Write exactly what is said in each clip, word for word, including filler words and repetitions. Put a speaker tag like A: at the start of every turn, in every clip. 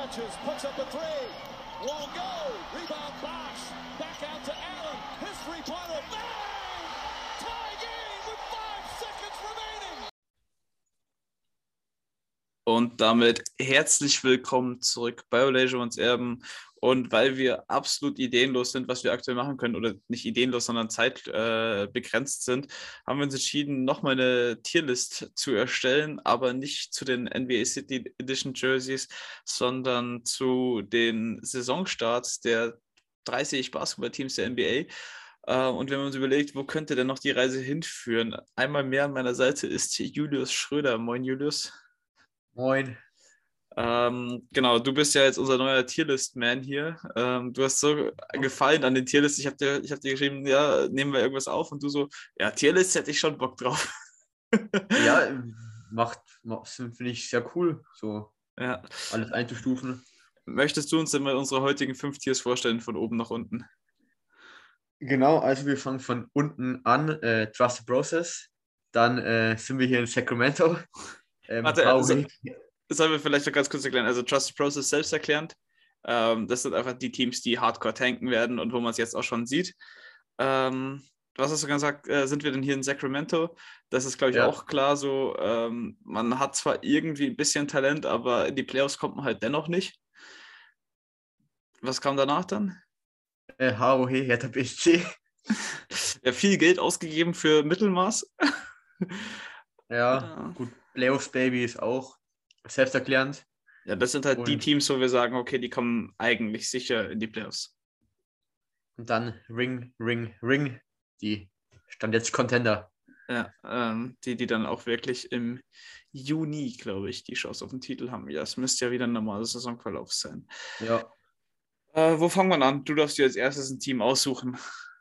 A: touches, puts up a three. Won't go. Rebound Bosch. Back out to Allen. His three-pointer. Bang! Tie game with five seconds remaining.
B: Und damit herzlich willkommen zurück bei Olejo und Erben. Und weil wir absolut ideenlos sind, was wir aktuell machen können, oder nicht ideenlos, sondern zeitbegrenzt äh, sind, haben wir uns entschieden, nochmal eine Tierlist zu erstellen, aber nicht zu den N B A City Edition Jerseys, sondern zu den Saisonstarts der dreißig Basketballteams der N B A. Und wir haben uns überlegt, wo könnte denn noch die Reise hinführen? Einmal mehr an meiner Seite ist Julius Schröder. Moin, Julius.
C: Moin.
B: Ähm, genau, du bist ja jetzt unser neuer Tierlist-Man hier. Ähm, du hast so gefallen an den Tierlist. Ich habe dir, ich hab dir geschrieben, ja, nehmen wir irgendwas auf. Und du so, ja, Tierlist hätte ich schon Bock drauf.
C: Ja, macht, macht finde ich sehr cool, so
B: ja.
C: alles einzustufen.
B: Möchtest du uns denn mal unsere heutigen fünf Tiers vorstellen, von oben nach unten?
C: Genau, also wir fangen von unten an, äh, Trust the Process. Dann äh, sind wir hier in Sacramento. Ähm,
B: Warte,
C: also,
B: das sollen wir vielleicht noch ganz kurz erklären. Also Trust the Process selbsterklärend. Ähm, das sind einfach die Teams, die hardcore tanken werden und wo man es jetzt auch schon sieht. Ähm, was hast du gesagt? Äh, sind wir denn hier in Sacramento? Das ist, glaube ich,
C: ja.
B: auch klar so. Ähm, man hat zwar irgendwie ein bisschen Talent, aber in die Playoffs kommt man halt dennoch nicht. Was kam danach dann?
C: Äh, H O H, Hertha B S C.
B: Ja, viel Geld ausgegeben für Mittelmaß.
C: ja,
B: ja,
C: gut. Playoffs Baby ist auch selbsterklärend.
B: Ja, das sind halt
C: und,
B: die Teams, wo wir sagen, okay, die kommen eigentlich sicher in die Playoffs.
C: Und dann Ring, Ring, Ring, die stand jetzt Contender.
B: Ja, ähm, die, die dann auch wirklich im Juni, glaube ich, die Chance auf den Titel haben. Ja, es müsste ja wieder ein normaler Saisonverlauf sein.
C: Ja.
B: Äh, wo fangen wir an? Du darfst dir als erstes ein Team aussuchen.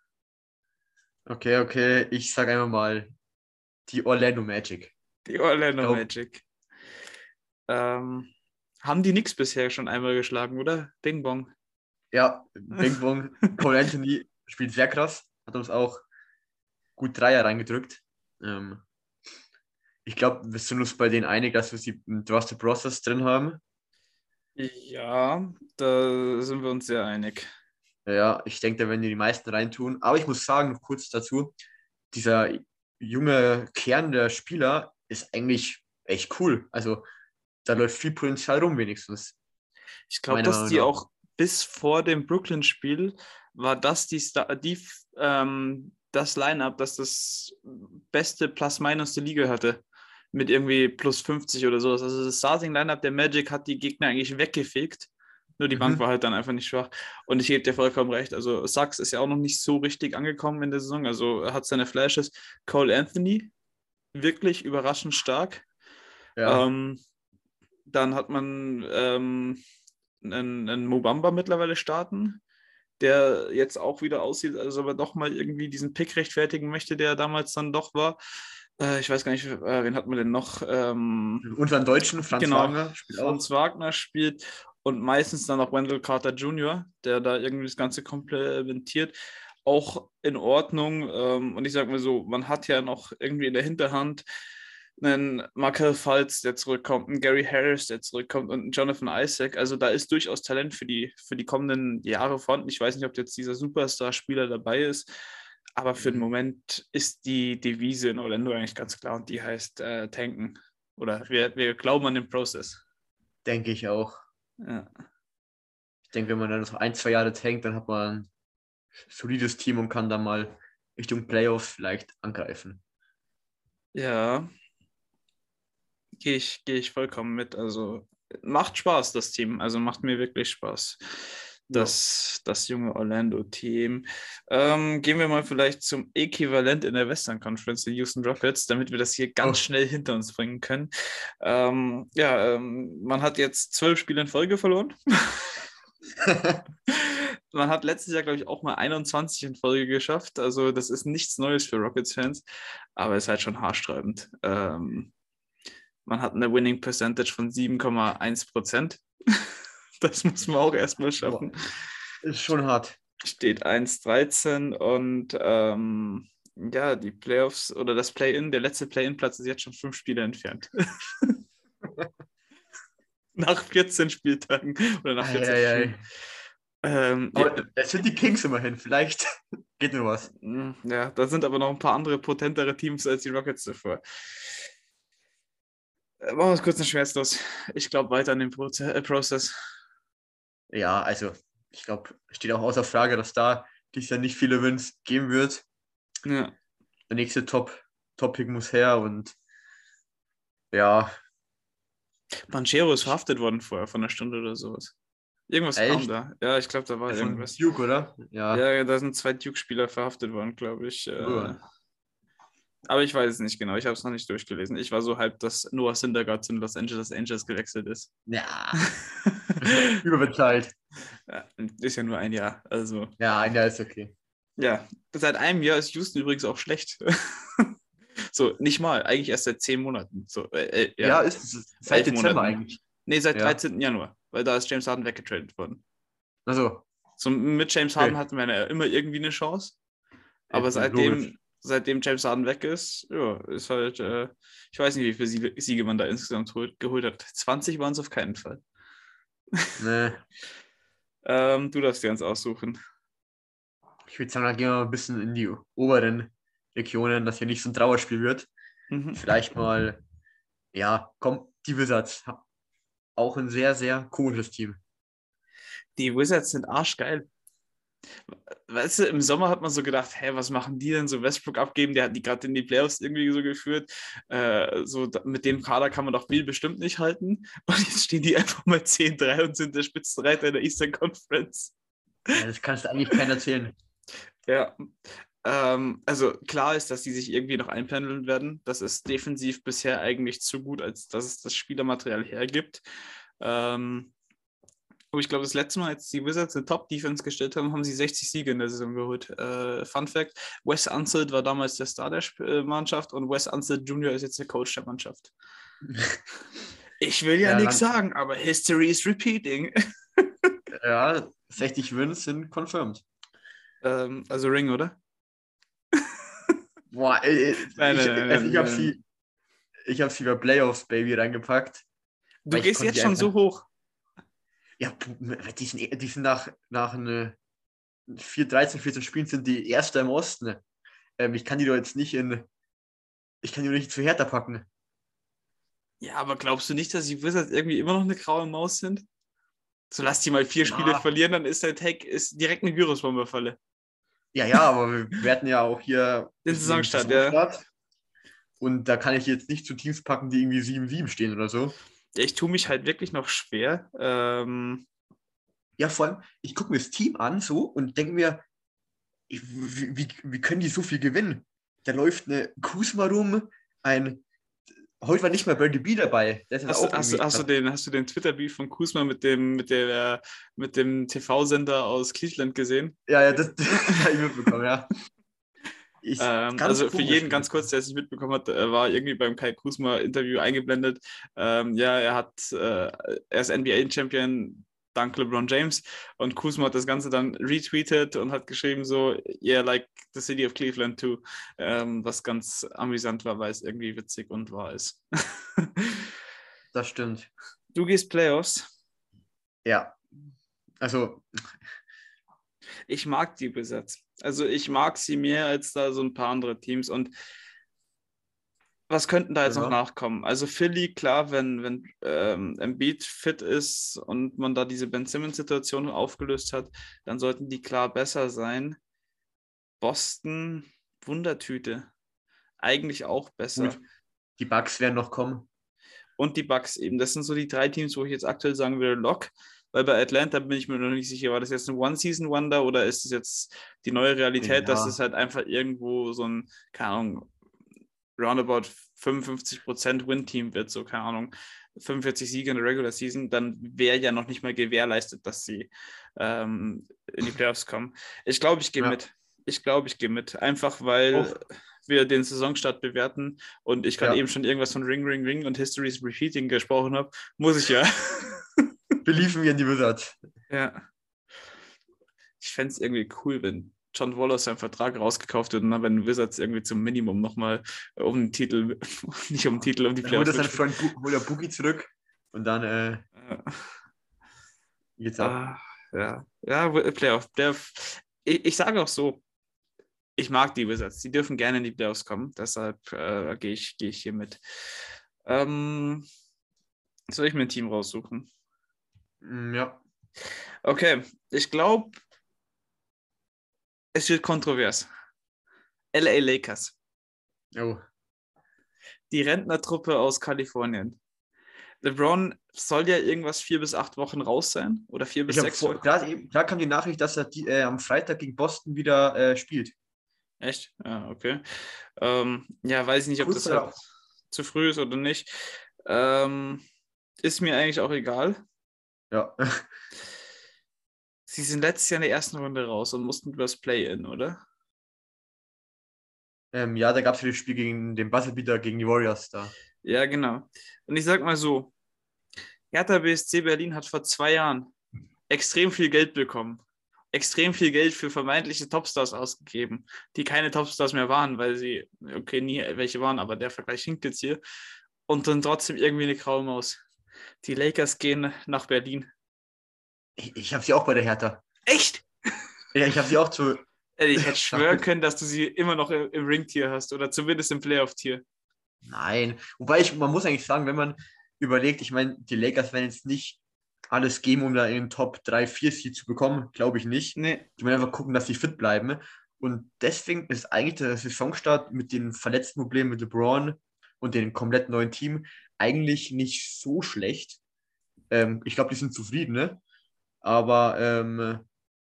C: Okay, okay, ich sage einfach mal die Orlando Magic.
B: Die Orlando Magic. Ähm, haben die nix bisher schon einmal geschlagen, oder? Bing Bong.
C: Ja, Bing Bong. Cole Anthony spielt sehr krass. Hat uns auch gut Dreier reingedrückt. Ähm, ich glaube, wir sind uns bei denen einig, dass wir sie im Trust the Process drin haben.
B: Ja, da sind wir uns sehr einig.
C: Ja, ich denke, da werden die die meisten reintun. Aber ich muss sagen, noch kurz dazu, dieser junge Kern der Spieler ist eigentlich echt cool. Also da läuft viel Potenzial rum wenigstens.
B: Ich glaube, dass die auch bis vor dem Brooklyn-Spiel war das die, Star- die ähm, das Line-Up, das das beste Plus-Minus der Liga hatte. Mit irgendwie plus fünfzig oder sowas. Also das Starting-Line-Up der Magic hat die Gegner eigentlich weggefegt. Nur die mhm. Bank war halt dann einfach nicht schwach. Und ich gebe dir vollkommen recht. Also Sachs ist ja auch noch nicht so richtig angekommen in der Saison. Also er hat seine Flashes. Cole Anthony, wirklich überraschend stark.
C: Ja.
B: Ähm, dann hat man ähm, einen, einen Mobamba mittlerweile starten, der jetzt auch wieder aussieht, als ob er doch mal irgendwie diesen Pick rechtfertigen möchte, der damals dann doch war. Äh, ich weiß gar nicht, äh, wen hat man denn noch? Ähm,
C: Unseren Deutschen, Franz
B: genau,
C: Wagner spielt
B: Franz
C: auch.
B: Wagner spielt und meistens dann auch Wendell Carter Junior, der da irgendwie das Ganze komplementiert. Auch in Ordnung. Ähm, und ich sage mal so, man hat ja noch irgendwie in der Hinterhand einen Markel Fultz, der zurückkommt, einen Gary Harris, der zurückkommt und einen Jonathan Isaac. Also da ist durchaus Talent für die, für die kommenden Jahre vorhanden. Ich weiß nicht, ob jetzt dieser Superstar-Spieler dabei ist, aber für den Moment ist die Devise in Orlando eigentlich ganz klar und die heißt äh, tanken. Oder wir, wir glauben an den Prozess.
C: Denke ich auch.
B: Ja.
C: Ich denke, wenn man dann noch ein, zwei Jahre tankt, dann hat man ein solides Team und kann dann mal Richtung Playoffs vielleicht angreifen.
B: Ja, gehe ich, geh ich vollkommen mit. Also macht Spaß, das Team. Also macht mir wirklich Spaß. Das, ja. das junge Orlando-Team. Ähm, gehen wir mal vielleicht zum Äquivalent in der Western Conference, die Houston Rockets, damit wir das hier ganz oh. schnell hinter uns bringen können. Ähm, ja, ähm, man hat jetzt zwölf Spiele in Folge verloren. Man hat letztes Jahr, glaube ich, auch mal einundzwanzig in Folge geschafft. Also das ist nichts Neues für Rockets-Fans, aber ist halt schon haarsträubend. Ähm, man hat eine Winning Percentage von sieben Komma eins Prozent. Das muss man auch erstmal schaffen.
C: Ist schon hart.
B: Steht eins dreizehn und ähm, ja, die Playoffs oder das Play-In, der letzte Play-In-Platz ist jetzt schon fünf Spiele entfernt. Nach vierzehn Spieltagen oder nach vierzehn
C: Ei, ei, ei.
B: Spielen. Ähm,
C: Aber
B: ja,
C: es sind die Kings immerhin. Vielleicht geht nur was.
B: ja, da sind aber noch ein paar andere potentere Teams als die Rockets davor. Äh, Machen wir es kurz und schmerzlos. Ich glaube weiter an den Proze äh, Prozess.
C: Ja, also ich glaube, steht auch außer Frage, dass da dieses Jahr nicht viele Wins geben wird.
B: Ja.
C: Der nächste Top, Top-Pick muss her und ja,
B: Banchero ist verhaftet worden vorher von einer Stunde oder sowas. Irgendwas kam
C: echt?
B: da. Ja, ich glaube, da war
C: Von
B: irgendwas.
C: Duke, oder? Ja.
B: Ja, da sind zwei Duke-Spieler verhaftet worden, glaube ich. Äh,
C: Oh.
B: aber ich weiß es nicht genau. Ich habe es noch nicht durchgelesen. Ich war so hyped, dass Noah Syndergaard zu den Los Angeles Angels gewechselt ist.
C: Ja, überbezahlt.
B: Ja, ist ja nur ein Jahr. Also,
C: Ja, ein Jahr ist okay.
B: ja. Seit einem Jahr ist Houston übrigens auch schlecht. So, nicht mal. Eigentlich erst seit zehn Monaten. So, äh, äh,
C: Ja,
B: ja,
C: ist es seit
B: elf
C: Dezember
B: Monaten.
C: eigentlich.
B: Nee, seit
C: Ja.
B: dreizehnten Januar. Weil da ist James Harden weggetradet worden.
C: Also,
B: So, mit James
C: Okay.
B: Harden hatten wir ja immer irgendwie eine Chance. Aber
C: Ja,
B: seitdem,
C: logisch.
B: seitdem James Harden weg ist, ja, ist halt, äh, ich weiß nicht, wie viele Siege, Siege man da insgesamt hol, geholt hat. zwanzig waren es auf keinen Fall.
C: ne,
B: Ähm, du darfst dir eins aussuchen.
C: ich würde sagen, dann gehen wir mal ein bisschen in die oberen Regionen, dass hier nicht so ein Trauerspiel wird.
B: Mhm.
C: Vielleicht mal, ja, komm, die Wizards. Auch ein sehr, sehr komisches Team.
B: Die Wizards sind arschgeil. Weißt du, im Sommer hat man so gedacht, hä, was machen die denn so Westbrook abgeben? Der hat die gerade in die Playoffs irgendwie so geführt. Äh, so da, mit dem Kader kann man doch Bill bestimmt nicht halten. Und jetzt stehen die einfach mal zehn drei und sind der Spitzenreiter in der Eastern Conference.
C: Ja, das kannst du eigentlich keiner erzählen.
B: Ja, ähm, also klar ist, dass die sich irgendwie noch einpendeln werden. Das ist defensiv bisher eigentlich zu gut, als dass es das Spielermaterial hergibt. Ähm, aber ich glaube, das letzte Mal, als die Wizards eine Top-Defense gestellt haben, haben sie sechzig Siege in der Saison geholt. Äh, Fun Fact, Wes Unseld war damals der Star der Sp- äh, Mannschaft und Wes Unseld Junior ist jetzt der Coach der Mannschaft. Ich will ja,
C: Ja,
B: nichts
C: lang-
B: sagen, aber History is repeating.
C: Ja, sechzig Wins sind confirmed.
B: ähm, also Ring, oder?
C: Boah, äh, äh,
B: Nein,
C: ich,
B: nein, nein,
C: also ich habe
B: nein.
C: sie, ich habe sie bei Playoffs Baby reingepackt.
B: Du
C: Weil ich
B: gehst
C: konnte
B: jetzt
C: die
B: schon
C: einfach-
B: so hoch.
C: Ja, die sind, die sind nach, nach eine vier, dreizehn, vierzehn Spielen sind die Erste im Osten. Ähm, ich kann die doch jetzt nicht in, ich kann die doch nicht zu Hertha packen.
B: Ja, aber glaubst du nicht, dass die Wizards irgendwie immer noch eine graue Maus sind? So lass die mal vier
C: Ja.
B: Spiele verlieren, dann ist der Tag ist direkt eine Virusbombe-Falle.
C: Ja, ja, aber wir, wir hatten ja auch hier
B: Den Saisonstart, ja.
C: Und da kann ich jetzt nicht zu Teams packen, die irgendwie sieben sieben stehen oder so.
B: Ja, ich tue mich halt wirklich noch schwer. Ähm,
C: Ja, vor allem, ich gucke mir das Team an so und denke mir, ich, wie, wie, wie können die so viel gewinnen? Da läuft eine Kuzma rum, ein, heute war nicht mal Bradley B dabei. Der ist jetzt
B: hast, du,
C: auch
B: hast, du,
C: irgendwie
B: hast, du
C: krass.
B: den, hast du den Twitter-Beef von Kuzma mit dem, mit der, mit dem T V-Sender aus Cleveland gesehen?
C: Ja, ja, das, das habe ich mitbekommen, ja. Ich,
B: Ähm,
C: ganz
B: also für
C: komisch.
B: jeden ganz kurz, der es nicht mitbekommen hat, er war irgendwie beim Kai Kuzma-Interview eingeblendet. Ähm, ja, er hat, äh, er ist N B A-Champion dank LeBron James und Kuzma hat das Ganze dann retweetet und hat geschrieben so, yeah, like the city of Cleveland too, ähm, was ganz amüsant war, weil es irgendwie witzig und wahr ist.
C: Das stimmt.
B: Du gehst Playoffs.
C: Ja. Also,
B: Ich mag die Wizards. Also ich mag sie mehr als da so ein paar andere Teams. Und was könnten da jetzt
C: Ja.
B: noch nachkommen? Also Philly, klar, wenn, wenn ähm, Embiid fit ist und man da diese Ben Simmons-Situation aufgelöst hat, dann sollten die klar besser sein. Boston, Wundertüte. Eigentlich auch besser.
C: gut, die Bucks werden noch kommen.
B: Und die Bucks eben. Das sind so die drei Teams, wo ich jetzt aktuell sagen würde, Lock. Weil bei Atlanta bin ich mir noch nicht sicher, war das jetzt ein One-Season-Wonder oder ist es jetzt die neue Realität,
C: Ja.
B: dass es halt einfach irgendwo so ein, keine Ahnung, roundabout fünfundfünfzig Prozent Win-Team wird, so, keine Ahnung, fünfundvierzig Siege in der Regular Season, dann wäre ja noch nicht mal gewährleistet, dass sie ähm, in die Playoffs kommen. Ich glaube, ich gehe
C: Ja.
B: mit. Ich glaube, ich gehe mit. Einfach, weil
C: Auch.
B: wir den Saisonstart bewerten und ich gerade
C: Ja.
B: eben schon irgendwas von Ring, Ring, Ring und History's Repeating gesprochen habe, muss ich ja.
C: Beliefen wir in die Wizards.
B: Ja. Ich fände es irgendwie cool, wenn John Wall aus seinem Vertrag rausgekauft wird und dann bei den Wizards irgendwie zum Minimum nochmal um den Titel, nicht um den Titel, um die
C: Dann holt er
B: Playoffs
C: seinen
B: mitspielen.
C: Freund Bu- holt er Boogie zurück und dann, äh, Wie geht's ab?
B: Ah, ja, ja, Playoff. Playoff. Ich, ich sage auch so, ich mag die Wizards. Die dürfen gerne in die Playoffs kommen. Deshalb äh, gehe ich, geh ich hier mit. Ähm, soll ich mir ein Team raussuchen?
C: Mm, Ja.
B: Okay, ich glaube, es wird kontrovers. L A Lakers.
C: Oh.
B: Die Rentnertruppe aus Kalifornien. LeBron soll ja irgendwas vier bis acht Wochen raus sein. Oder vier bis
C: Ich habe
B: sechs
C: vor,
B: Wochen.
C: gerade eben, da kam die Nachricht, dass er die, äh, am Freitag gegen Boston wieder äh, spielt.
B: Echt? Ja, okay. Ähm, ja, weiß ich nicht, ob
C: Kurz
B: das halt
C: darauf.
B: zu früh ist oder nicht. Ähm, ist mir eigentlich auch egal.
C: Ja.
B: Sie sind letztes Jahr in der ersten Runde raus und mussten übers Play-In, oder?
C: ähm, ja, da gab es ja das Spiel gegen den Buzzerbeater gegen die Warriors da.
B: Ja, genau. Und ich sag mal so, Hertha B S C Berlin hat vor zwei Jahren extrem viel Geld bekommen. Extrem viel Geld für vermeintliche Topstars ausgegeben, die keine Topstars mehr waren, weil sie, okay, nie welche waren, aber der Vergleich hinkt jetzt hier. Und dann trotzdem irgendwie eine graue Maus. Die Lakers gehen nach Berlin.
C: Ich, ich habe sie auch bei der Hertha.
B: Echt?
C: Ja, ich habe sie auch zu.
B: Ich hätte
C: nach
B: schwören können, dass du sie immer noch im, im Ring-Tier hast oder zumindest im Playoff-Tier.
C: Nein. Wobei ich, man muss eigentlich sagen, wenn man überlegt, ich meine, die Lakers werden jetzt nicht alles geben, um da in den Top drei, vier Seed zu bekommen, glaube ich nicht.
B: Nee.
C: Die wollen einfach gucken, dass sie fit bleiben. Und deswegen ist eigentlich der Saisonstart mit den verletzten Problemen mit LeBron und dem komplett neuen Team eigentlich nicht so schlecht. Ähm, ich glaube, die sind zufrieden, ne? Aber ähm,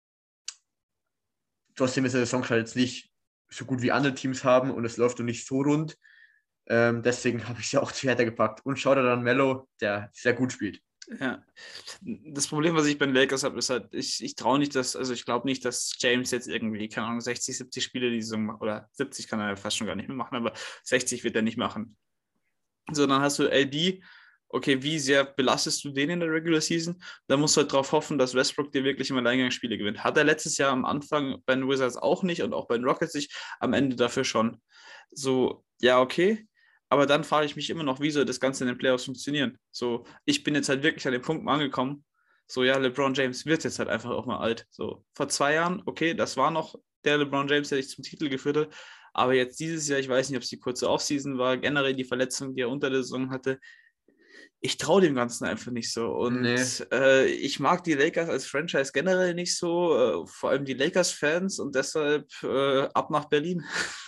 C: trotzdem ist der Saisonstart jetzt nicht so gut wie andere Teams haben und es läuft noch nicht so rund. Ähm, deswegen habe ich sie auch zu Hertha gepackt. Und schaut dann Mello, der sehr gut spielt.
B: Ja. Das Problem, was ich bei den Lakers habe, ist halt, ich, ich traue nicht, dass, also ich glaube nicht, dass James jetzt irgendwie, keine Ahnung, sechzig, siebzig Spiele die Saison macht, oder siebzig kann er ja fast schon gar nicht mehr machen, aber sechzig wird er nicht machen. So, dann hast du L D, okay, wie sehr belastest du den in der Regular Season? Da musst du halt darauf hoffen, dass Westbrook dir wirklich im Alleingang Spiele gewinnt. Hat er letztes Jahr am Anfang bei den Wizards auch nicht und auch bei den Rockets nicht, am Ende dafür schon. So, ja, okay. Aber dann frage ich mich immer noch, wie soll das Ganze in den Playoffs funktionieren? So, ich bin jetzt halt wirklich an dem Punkt mal angekommen. So, ja, LeBron James wird jetzt halt einfach auch mal alt. So, vor zwei Jahren, okay, das war noch der LeBron James, der dich zum Titel geführt hat. Aber jetzt dieses Jahr, ich weiß nicht, ob es die kurze Offseason war, generell die Verletzung, die er unter der Saison hatte, ich traue dem Ganzen einfach nicht so. Und
C: Nee.
B: äh, ich mag die Lakers als Franchise generell nicht so, äh, vor allem die Lakers-Fans und deshalb äh, ab nach Berlin.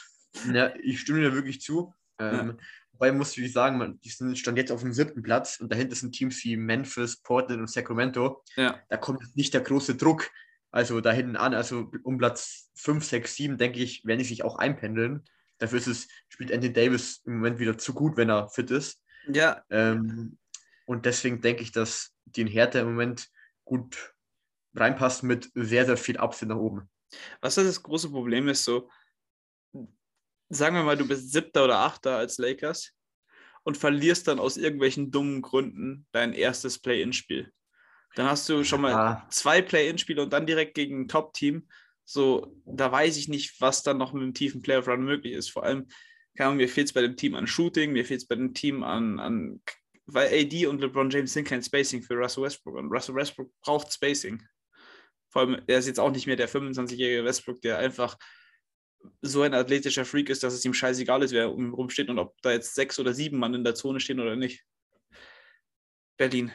C: Ja, ich stimme dir wirklich zu. Ähm,
B: Ja.
C: Wobei muss ich sagen, man, die sind stand jetzt auf dem siebten Platz und dahinter sind Teams wie Memphis, Portland und Sacramento.
B: Ja.
C: Da kommt jetzt nicht der große Druck. Also da hinten an, also um Platz fünf, sechs, sieben, denke ich, werden die sich auch einpendeln. Dafür ist es, spielt Anthony Davis im Moment wieder zu gut, wenn er fit ist.
B: Ja,
C: Ähm, und deswegen denke ich, dass die in Hertha im Moment gut reinpasst mit sehr, sehr viel Upside nach oben.
B: was das große Problem ist, so, sagen wir mal, du bist Siebter oder Achter als Lakers und verlierst dann aus irgendwelchen dummen Gründen dein erstes Play-In-Spiel. Dann hast du schon mal
C: Ja.
B: zwei Play-In-Spiele und dann direkt gegen ein Top-Team. So, da weiß ich nicht, was dann noch mit einem tiefen Playoff-Run möglich ist. Vor allem, keine Ahnung, mir fehlt es bei dem Team an Shooting, mir fehlt es bei dem Team an, an, weil A D und LeBron James sind kein Spacing für Russell Westbrook und Russell Westbrook braucht Spacing. Vor allem, er ist jetzt auch nicht mehr der fünfundzwanzigjährige Westbrook, der einfach so ein athletischer Freak ist, dass es ihm scheißegal ist, wer um ihn rumsteht und ob da jetzt sechs oder sieben Mann in der Zone stehen oder nicht. Berlin.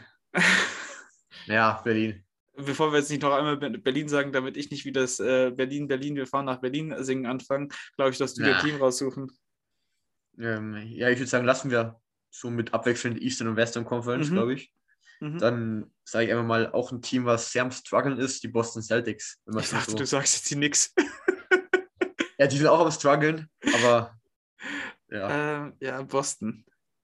C: Ja, Berlin.
B: Bevor wir jetzt nicht noch einmal Berlin sagen, damit ich nicht wie das äh, Berlin, Berlin, wir fahren nach Berlin singen anfangen, glaube ich, dass du dir ein
C: Ja.
B: Team raussuchen.
C: Ähm, ja, ich würde sagen, lassen wir so mit abwechselnd Eastern und Western Conference,
B: Mhm.
C: glaube ich.
B: Mhm.
C: Dann sage ich einfach mal auch ein Team, was sehr am Struggeln ist, die Boston Celtics. Wenn man
B: Ich
C: schon
B: dachte,
C: so.
B: du sagst jetzt hier nix.
C: Ja, die sind auch am Struggeln, aber ja,
B: äh, ja, Boston.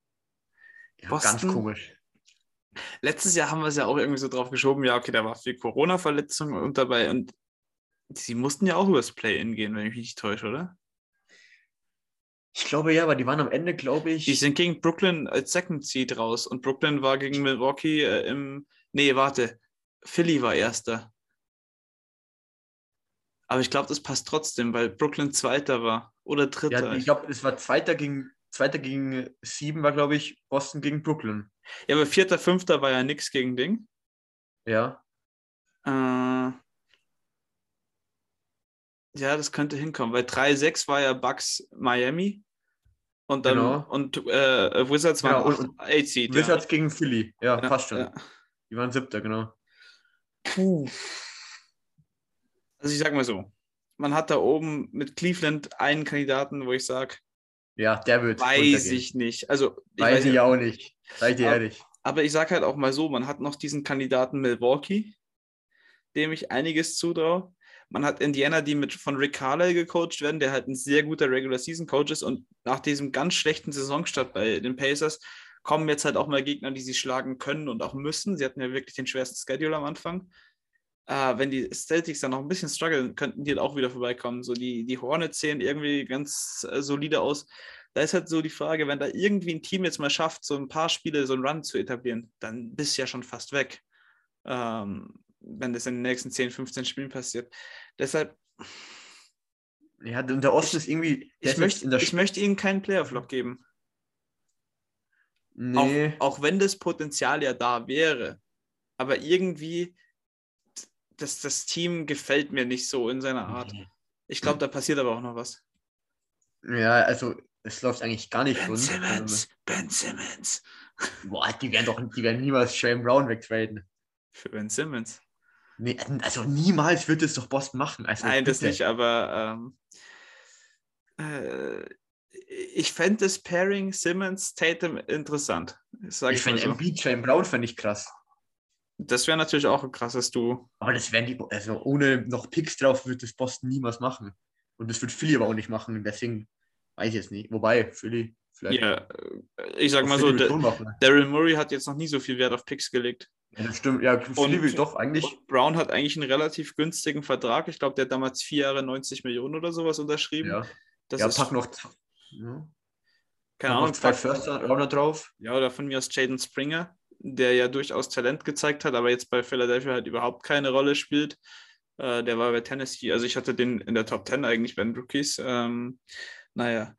C: ja ganz
B: Boston.
C: komisch.
B: Letztes Jahr haben wir es ja auch irgendwie so drauf geschoben, ja, okay, da war viel Corona-Verletzung und dabei und sie mussten ja auch übers Play-In gehen, wenn ich mich nicht täusche, oder?
C: Ich glaube ja, aber die waren am Ende, glaube
B: Die
C: ich.
B: sind gegen Brooklyn als Second Seed raus und Brooklyn war gegen Milwaukee äh, im. Nee, warte. Philly war Erster. Aber ich glaube, das passt trotzdem, weil Brooklyn Zweiter war. Oder
C: Ja,
B: Dritter.
C: ich glaube, es war Zweiter gegen Zweiter gegen sieben war, glaube ich, Boston gegen Brooklyn.
B: Ja, aber Vierter, Fünfter war ja nix gegen Ding.
C: Ja.
B: Äh, ja, das könnte hinkommen, weil drei sechs war ja Bucks Miami und dann
C: Genau.
B: und äh, Wizards waren
C: Genau,
B: acht,
C: und-
B: acht Seed, ja.
C: Wizards gegen Philly. Ja,
B: Ja,
C: passt schon.
B: ja.
C: Die waren siebter, genau.
B: Puh. Also ich sag mal so, man hat da oben mit Cleveland einen Kandidaten, wo ich sage,
C: Ja, der wird
B: weiß
C: runtergehen.
B: ich nicht. Also ich
C: Weiß
B: weiß
C: ich
B: ja,
C: auch nicht. Sag ich dir
B: Aber-
C: ehrlich.
B: aber ich sage halt auch mal so, man hat noch diesen Kandidaten Milwaukee, dem ich einiges zutraue. Man hat Indiana, die mit von Rick Carlisle gecoacht werden, der halt ein sehr guter Regular-Season-Coach ist und nach diesem ganz schlechten Saisonstart bei den Pacers kommen jetzt halt auch mal Gegner, die sie schlagen können und auch müssen. Sie hatten ja wirklich den schwersten Schedule am Anfang. Äh, wenn die Celtics dann noch ein bisschen strugglen, könnten die halt auch wieder vorbeikommen. So die, die Hornets sehen irgendwie ganz äh, solide aus. Da ist halt so die Frage, wenn da irgendwie ein Team jetzt mal schafft, so ein paar Spiele, so einen Run zu etablieren, dann bist du ja schon fast weg. Ähm, wenn das in den nächsten zehn, fünfzehn Spielen passiert. Deshalb,
C: Ja, und der Osten
B: Ich-
C: ist irgendwie. Der
B: ich
C: ist jetzt
B: möchte,
C: in der
B: ich möchte ihnen keinen Playoff-Lock geben.
C: Nee.
B: Auch, auch wenn das Potenzial ja da wäre. Aber irgendwie, das, das Team gefällt mir nicht so in seiner Art. Ich glaube, da passiert aber auch noch was.
C: Ja, also es läuft eigentlich gar nicht
B: Ben
C: rund.
B: Simmons, Ben Simmons.
C: Ähm, boah, die werden doch die werden niemals Shane Brown wegtraden.
B: Für Ben Simmons.
C: Nee, also niemals wird es doch Boston machen. Also
B: Nein, das
C: bitte.
B: nicht, aber ähm, äh, ich fände das Pairing Simmons-Tatum interessant. Sag
C: Ich
B: ich mal
C: fände
B: so.
C: Embiid, Shane Brown fände ich krass.
B: Das wäre natürlich auch ein krasses Duo.
C: Aber das werden die, also ohne noch Picks drauf wird das Boston niemals machen. Und das wird Philly aber auch nicht machen. Deswegen weiß ich jetzt nicht. Wobei, Philly vielleicht.
B: Ja, ich sag
C: Auch
B: mal
C: Philly
B: so,
C: wird
B: Da-
C: schon machen.
B: Daryl Murray hat jetzt noch nie so viel Wert auf Picks gelegt.
C: Ja, das stimmt. Ja, Philly
B: Und-
C: will doch eigentlich.
B: Und Brown hat eigentlich einen relativ günstigen Vertrag. Ich glaube, der hat damals vier Jahre neunzig Millionen oder sowas unterschrieben.
C: Ja,
B: Das
C: ja
B: ist,
C: pack noch, ja,
B: keine
C: pack
B: Ahnung,
C: noch zwei
B: pack-
C: First Rounder drauf.
B: ja, oder von mir aus Jaden Springer, der ja durchaus Talent gezeigt hat, aber jetzt bei Philadelphia halt überhaupt keine Rolle spielt. Äh, der war bei Tennessee, also ich hatte den in der Top zehn eigentlich bei den Rookies. Ähm, naja,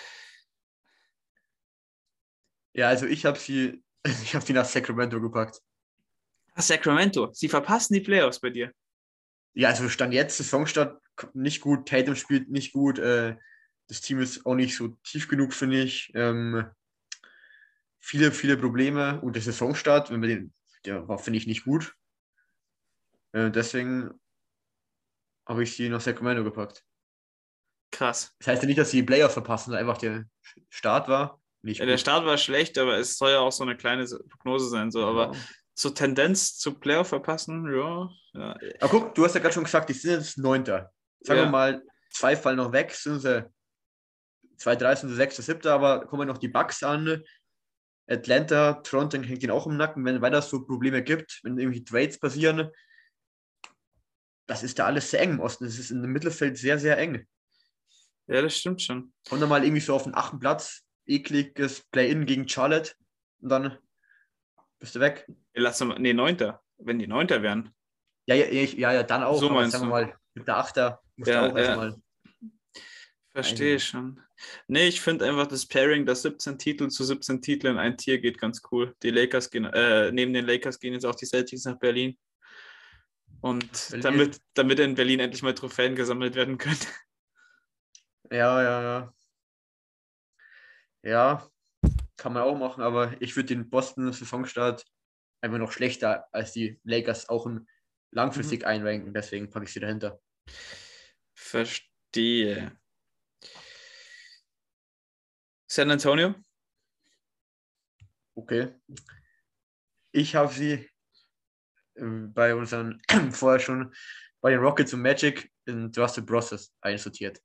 C: Ja, also ich habe sie, ich habe sie nach Sacramento gepackt.
B: Sacramento, sie verpassen die Playoffs bei dir.
C: Ja, also Stand jetzt, Saisonstart nicht gut, Tatum spielt nicht gut, äh, das Team ist auch nicht so tief genug, finde ich. Ähm, viele, viele Probleme und der Saisonstart, wenn wir den, der war, finde ich, nicht gut. Äh, deswegen habe ich sie nach Sacramento gepackt.
B: Krass.
C: Das heißt ja nicht, dass sie die Playoffs verpassen, sondern einfach der Start war nicht
B: Ja, der
C: gut.
B: Start war schlecht, aber es soll ja auch so eine kleine Prognose sein. So. Aber
C: Ja.
B: zur Tendenz zu Playoff verpassen, ja. ja.
C: Aber guck, du hast ja gerade schon gesagt, die sind jetzt Neunter. Sagen
B: Ja.
C: wir mal, zwei fallen noch weg, sind sie zwei, drei, sind sie sechster, siebter, aber kommen noch die Bucks an. Atlanta, Toronto hängt ihnen auch im Nacken, wenn weiter so Probleme gibt, wenn irgendwie Trades passieren. Das ist da alles sehr eng im Osten. Das ist im Mittelfeld sehr, sehr eng.
B: Ja, das stimmt schon.
C: Kommt dann mal irgendwie so auf den achten Platz, ekliges Play-In gegen Charlotte und dann bist du weg.
B: Lass mal, nee, Neunter. Wenn die Neunter wären.
C: Ja, ja, ich, ja, ja, dann auch.
B: So
C: aber
B: meinst
C: sagen wir
B: du?
C: mal, mit der Achter musst
B: Ja,
C: du auch
B: ja.
C: erstmal.
B: Verstehe ich schon. Nee, ich finde einfach das Pairing, dass siebzehn Titel zu siebzehn Titel in ein Tier geht, ganz cool. Die Lakers gehen, äh, neben den Lakers gehen jetzt auch die Celtics nach Berlin. Und
C: Berlin.
B: damit, damit in Berlin endlich mal Trophäen gesammelt werden können.
C: Ja, ja, ja. Ja, kann man auch machen, aber ich würde den Boston-Saisonstart einfach noch schlechter als die Lakers auch im langfristig
B: Mhm.
C: einranken, deswegen packe ich sie dahinter.
B: Verstehe. San Antonio?
C: Okay. Ich habe sie äh, bei unseren vorher schon bei den Rockets und Magic in Trusted Process einsortiert.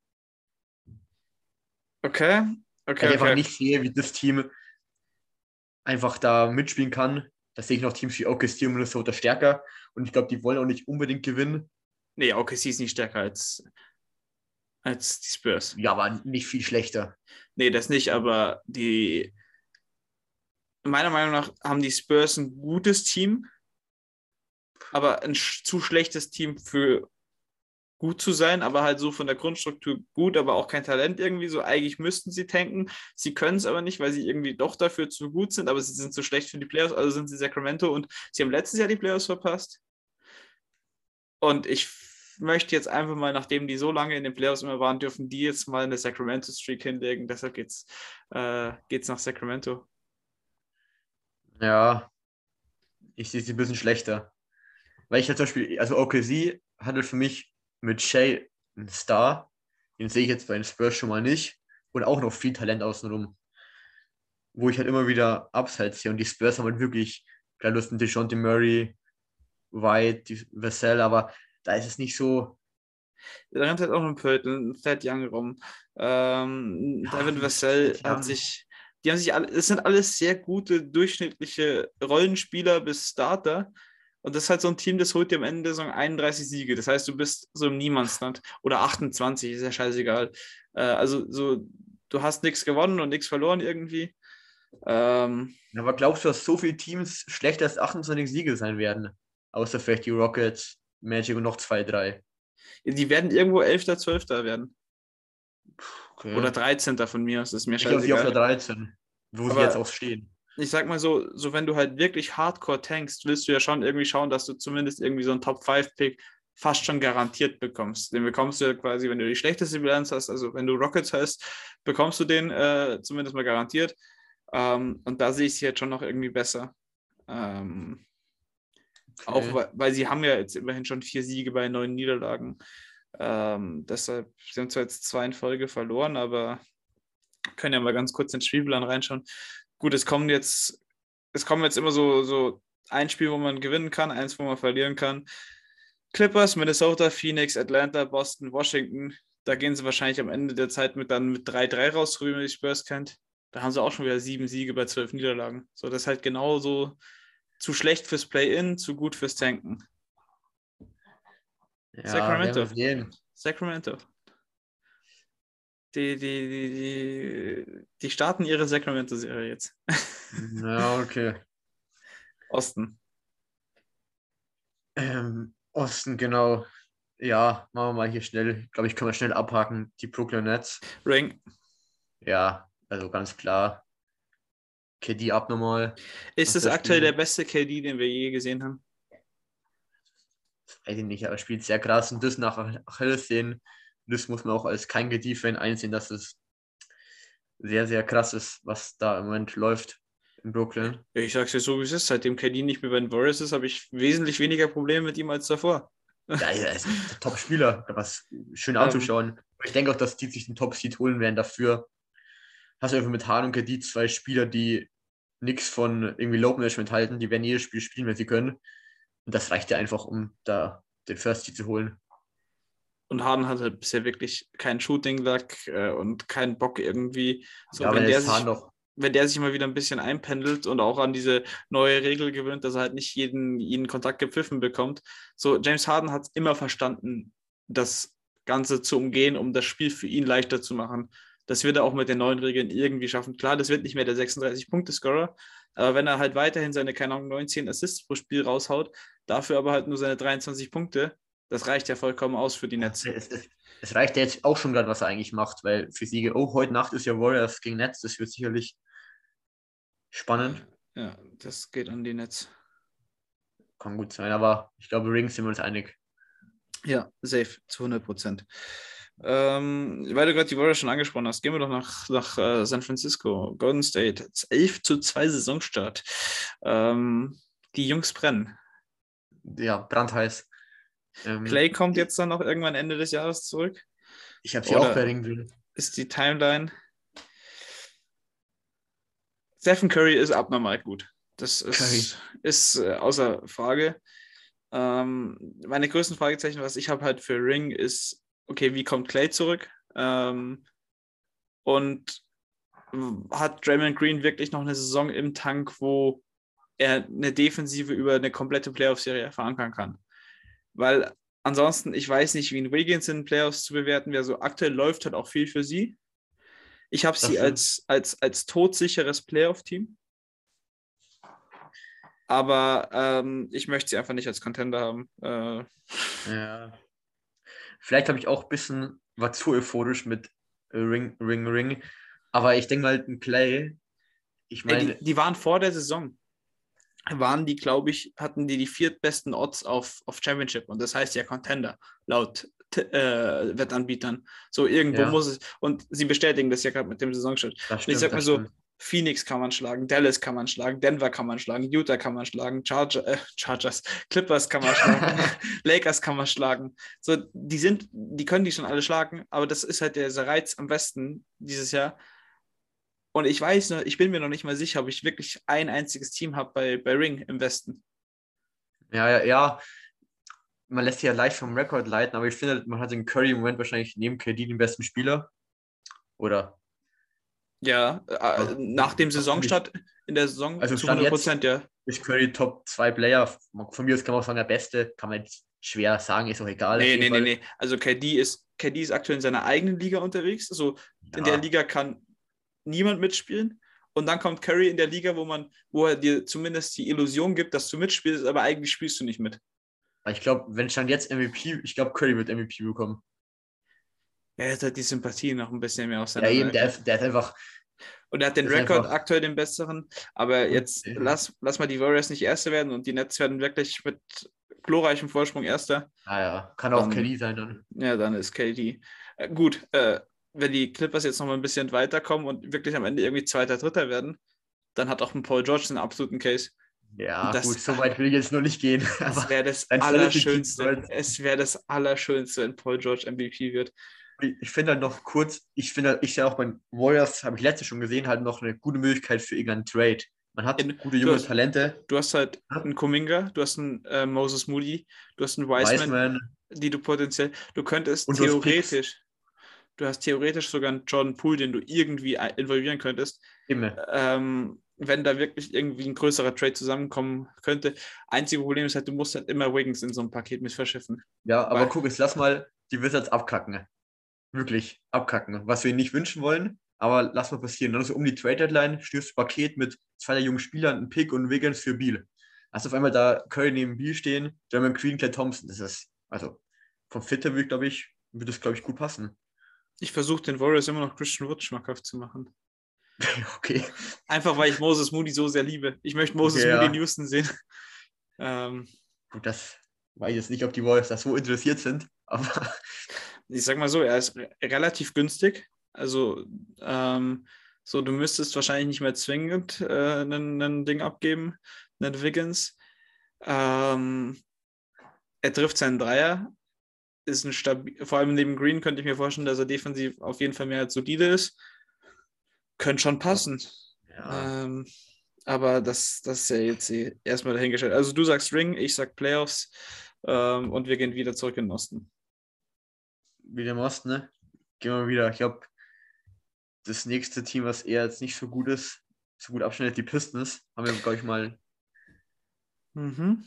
B: Okay. Okay,
C: Weil ich einfach
B: okay.
C: nicht sehe, wie das Team einfach da mitspielen kann. Da sehe ich noch Teams wie O K C und Minnesota stärker. Und ich glaube, die wollen auch nicht unbedingt gewinnen.
B: Nee, O K C ist nicht stärker als, als die Spurs.
C: Ja, aber nicht viel schlechter.
B: Nee, das nicht, aber die meiner Meinung nach haben die Spurs ein gutes Team, aber ein sch- zu schlechtes Team für gut zu sein, aber halt so von der Grundstruktur gut, aber auch kein Talent irgendwie. So eigentlich müssten sie tanken. Sie können es aber nicht, weil sie irgendwie doch dafür zu gut sind, aber sie sind zu schlecht für die Playoffs, also sind sie Sacramento und sie haben letztes Jahr die Playoffs verpasst. Und ich möchte jetzt einfach mal, nachdem die so lange in den Playoffs immer waren, dürfen die jetzt mal eine Sacramento-Streak hinlegen. Deshalb geht's, äh, geht's nach Sacramento.
C: Ja, ich sehe sie ein bisschen schlechter. Weil ich halt zum Beispiel, also O K C handelt für mich mit Shea einen Star. Den sehe ich jetzt bei den Spurs schon mal nicht. Und auch noch viel Talent außenrum. Wo ich halt immer wieder Upsides sehe. Und die Spurs haben halt wirklich, klar, du hast einen DeJounte Murray, White, die Vassell, aber da ist es nicht so.
B: Da rennt halt auch noch ein Pöltl, ein Thad Young rum. Ähm,
C: Ja,
B: Devin Vassell
C: Thad
B: hat
C: Young.
B: sich, die haben sich alle, es sind alles sehr gute, durchschnittliche Rollenspieler bis Starter. Und das ist halt so ein Team, das holt dir am Ende der Saison einunddreißig Siege. Das heißt, du bist so im Niemandsland. Oder achtundzwanzig, ist ja scheißegal. Äh, also so, du hast nichts gewonnen und nichts verloren irgendwie. Ähm,
C: Aber glaubst du, dass so viele Teams schlechter als achtundzwanzig Siege sein werden? Außer vielleicht die Rockets, Magic und noch zwei, drei.
B: die werden irgendwo Elfter, Zwölfter werden. Oder
C: Okay.
B: dreizehnter von mir, das ist mir
C: Ich glaube, die auf der
B: scheißegal.
C: dreizehn, wo sie jetzt
B: Aber
C: auch stehen.
B: ich sag mal so, so wenn du halt wirklich hardcore tankst, willst du ja schon irgendwie schauen, dass du zumindest irgendwie so einen Top fünf Pick fast schon garantiert bekommst. Den bekommst du ja quasi, wenn du die schlechteste Bilanz hast, also wenn du Rockets hast, bekommst du den äh, zumindest mal garantiert. Ähm, und da sehe ich sie jetzt schon noch irgendwie besser. Ähm, auch
C: Okay.
B: weil, weil sie haben ja jetzt immerhin schon vier Siege bei neun Niederlagen. Ähm, deshalb, sie haben zwar jetzt zwei in Folge verloren, aber können ja mal ganz kurz in den Spielplan reinschauen. Gut, es kommen jetzt, es kommen jetzt immer so, so ein Spiel, wo man gewinnen kann, eins, wo man verlieren kann. Clippers, Minnesota, Phoenix, Atlanta, Boston, Washington. Da gehen sie wahrscheinlich am Ende der Zeit mit dann mit drei drei raus, so wie man die Spurs kennt. Da haben sie auch schon wieder sieben Siege bei zwölf Niederlagen. So, das ist halt genauso zu schlecht fürs Play-In, zu gut fürs Tanken.
C: Ja, werden wir
B: Sacramento.
C: sehen.
B: Sacramento. Die, die, die, die, die starten ihre Sacramento-Serie jetzt.
C: Ja, okay.
B: Osten.
C: Ähm, Osten, genau. Ja, machen wir mal hier schnell. Ich glaube, ich kann mal schnell abhaken. Die Brooklyn Nets.
B: Ring.
C: Ja, also ganz klar. K D abnormal.
B: Ist
C: Was
B: es
C: der
B: aktuell der
C: spielt.
B: beste K D, den wir je gesehen haben?
C: Weiß ich nicht, aber spielt sehr krass. Und das nach Achillessehnen. Das muss man auch als kein K D-Fan einsehen, dass es sehr, sehr krass ist, was da im Moment läuft in Brooklyn.
B: Ja, ich sag's dir so, wie es ist. Seitdem K D nicht mehr bei den Warriors ist, habe ich wesentlich weniger Probleme mit ihm als davor.
C: Ja, er ist ein Top-Spieler, was schön
B: Ähm,
C: anzuschauen. Ich denke auch, dass die sich den Top-Seed holen werden dafür. Hast du einfach mit Hahn und K D zwei Spieler, die nichts von irgendwie Low-Management halten, die werden jedes Spiel spielen, wenn sie können. Und das reicht ja einfach, um da den First Seed zu holen.
B: und Harden hat halt bisher wirklich keinen Shooting-Luck äh, und keinen Bock irgendwie. So,
C: Ja, aber
B: wenn der
C: jetzt Hahn
B: sich,
C: noch.
B: wenn der sich mal wieder ein bisschen einpendelt und auch an diese neue Regel gewöhnt, dass er halt nicht jeden, jeden Kontakt gepfiffen bekommt. So, James Harden hat es immer verstanden, das Ganze zu umgehen, um das Spiel für ihn leichter zu machen. Das wird er auch mit den neuen Regeln irgendwie schaffen. Klar, das wird nicht mehr der sechsunddreißig-Punkte-Scorer, aber wenn er halt weiterhin seine, keine Ahnung, neunzehn Assists pro Spiel raushaut, dafür aber halt nur seine dreiundzwanzig Punkte, das reicht ja vollkommen aus für die Nets.
C: Es, es, es reicht ja jetzt auch schon gerade, was er eigentlich macht, weil für Siege, oh, heute Nacht ist ja Warriors gegen Nets, das wird sicherlich spannend.
B: Ja, das geht an die Nets.
C: Kann gut sein, aber ich glaube, Rings sind wir uns einig.
B: Ja, safe, zu hundert Prozent. Ähm, weil du gerade die Warriors schon angesprochen hast, gehen wir doch nach, nach äh, San Francisco. Golden State, elf zu zwei Saisonstart. Ähm, die Jungs brennen.
C: Ja, brandheiß. Ähm,
B: Clay kommt jetzt dann noch irgendwann Ende des Jahres zurück.
C: ich habe sie auch bei
B: Oder
C: Ring drin.
B: ist die Timeline? Stephen Curry ist abnormal gut. Das ist, ist äh, außer Frage. Ähm, meine größten Fragezeichen, was ich habe halt für Ring, ist, okay, wie kommt Clay zurück? Ähm, und hat Draymond Green wirklich noch eine Saison im Tank, wo er eine Defensive über eine komplette Playoff-Serie verankern kann? Weil ansonsten, ich weiß nicht, wie ein Wiggins in den Playoffs zu bewerten wäre. So aktuell läuft halt auch viel für sie. Ich habe sie als, als, als todsicheres Playoff-Team. Aber ähm, ich möchte sie einfach nicht als Contender haben. Äh,
C: Ja. Vielleicht habe ich auch ein bisschen, war zu euphorisch mit äh, Ring, Ring, Ring. Aber ich denke mal, ein Clay, ich
B: Ey,
C: meine,
B: die, die waren vor der Saison, waren die, glaube ich, hatten die die viertbesten Odds auf, auf Championship. Und das heißt ja Contender, laut äh, Wettanbietern. So irgendwo
C: ja,
B: muss es, und sie bestätigen das ja gerade mit dem Saisonstart.
C: das
B: Und ich
C: stimmt,
B: sag mal
C: das
B: so,
C: stimmt.
B: Phoenix kann man schlagen, Dallas kann man schlagen, Denver kann man schlagen, Utah kann man schlagen, Charger, äh, Chargers, Clippers kann man schlagen, Lakers kann man schlagen. So, die sind, die können die schon alle schlagen, aber das ist halt der Reiz am besten dieses Jahr. Und ich weiß noch, ich bin mir noch nicht mal sicher, ob ich wirklich ein einziges Team habe bei, bei Ring im Westen.
C: Ja, ja, ja, man lässt sich ja leicht vom Rekord leiten, aber ich finde, man hat den Curry im Moment wahrscheinlich neben K D den besten Spieler. Oder?
B: Ja, äh,
C: Ja,
B: nach dem
C: das finde ich.
B: Saisonstart in der Saison
C: Also
B: zu
C: Stand
B: hundert
C: jetzt
B: Prozent, ja.
C: ist Curry Top zwei Player. Von mir aus kann man auch sagen, der Beste. Kann man jetzt schwer sagen, ist auch egal. Auf
B: Nee,
C: jeden
B: nee, nee,
C: Fall.
B: nee. Also K D ist, K D ist aktuell in seiner eigenen Liga unterwegs. Also in der
C: Ja,
B: Liga kann niemand mitspielen. Und dann kommt Curry in der Liga, wo man, wo er dir zumindest die Illusion gibt, dass du mitspielst, aber eigentlich spielst du nicht mit.
C: aber ich glaube, wenn Stand jetzt M V P, ich glaube, Curry wird M V P bekommen.
B: Er hat halt die Sympathie noch ein bisschen mehr auf
C: Ja,
B: seiner
C: eben, der
B: Seite.
C: ist, der ist einfach,
B: Und er hat den
C: ist
B: Rekord
C: einfach.
B: aktuell den besseren. Aber
C: Und,
B: jetzt
C: äh,
B: lass, lass mal die Warriors nicht Erste werden und die Nets werden wirklich mit glorreichem Vorsprung Erster.
C: naja, kann auch
B: Dann,
C: K D sein dann.
B: ja, dann ist K D. Äh, gut, äh, wenn die Clippers jetzt noch mal ein bisschen weiterkommen und wirklich am Ende irgendwie Zweiter, Dritter werden, dann hat auch ein Paul George einen absoluten Case. Und
C: Ja, gut,
B: das,
C: so weit will ich jetzt noch nicht gehen.
B: es
C: Aber
B: wäre das
C: sein Fantasy-Team
B: Allerschönste.
C: wird.
B: Es wäre das Allerschönste, wenn Paul George M V P wird.
C: Ich ich finde halt noch kurz, ich finde, halt, ich sehe auch bei Warriors, habe ich letztes schon gesehen, halt noch eine gute Möglichkeit für irgendeinen Trade. Man hat
B: In,
C: gute
B: du,
C: junge
B: hast,
C: Talente.
B: du hast halt
C: Ja?
B: einen Kuminga, du hast einen äh, Moses Moody, du hast einen Wiseman,
C: Wiseman
B: die du potenziell, du könntest
C: und du hast Picks.
B: theoretisch, du hast theoretisch sogar einen Jordan Poole, den du irgendwie involvieren könntest,
C: Immer.
B: ähm, wenn da wirklich irgendwie ein größerer Trade zusammenkommen könnte. Einzige Problem ist halt, du musst halt immer Wiggins in so ein Paket mit verschiffen.
C: Ja, aber
B: Weil,
C: guck, jetzt lass mal die Wizards abkacken. Wirklich abkacken. Was wir ihnen nicht wünschen wollen, aber lass mal passieren. Dann so um die Trade-Deadline stürzt das Paket mit zwei der jungen Spielern, ein Pick und Wiggins für Beal. Hast auf einmal da Curry neben Beal stehen, Jeremy Green, Klay Thompson. Das ist, also vom Fit her, glaube ich, würde das, glaube ich, gut passen.
B: ich versuche den Warriors immer noch Christian Wood schmackhaft zu machen.
C: Okay.
B: Einfach, weil ich Moses Moody so sehr liebe. Ich möchte Moses
C: Okay,
B: Moody
C: ja.
B: in Houston sehen. ähm,
C: Gut, das weiß ich jetzt nicht, ob die Warriors da so interessiert sind, aber
B: ich sag mal so, er ist re relativ günstig. Also, ähm, so, du müsstest wahrscheinlich nicht mehr zwingend äh, ein Ding abgeben, einen Wiggins. Ähm, er trifft seinen Dreier, ist ein stabil, vor allem neben Green könnte ich mir vorstellen, dass er defensiv auf jeden Fall mehr als solide ist. Könnte schon passen.
C: ja,
B: Ähm, aber das, das ist ja jetzt eh erstmal dahingestellt. Also du sagst Ring, ich sag Playoffs ähm, und wir gehen wieder zurück in den Osten.
C: wieder im Osten, ne? Gehen wir wieder. Ich glaube, das nächste Team, was eher jetzt nicht so gut ist, so gut abschneidet, die Pistons. Haben wir, glaube ich, mal,
B: Mhm.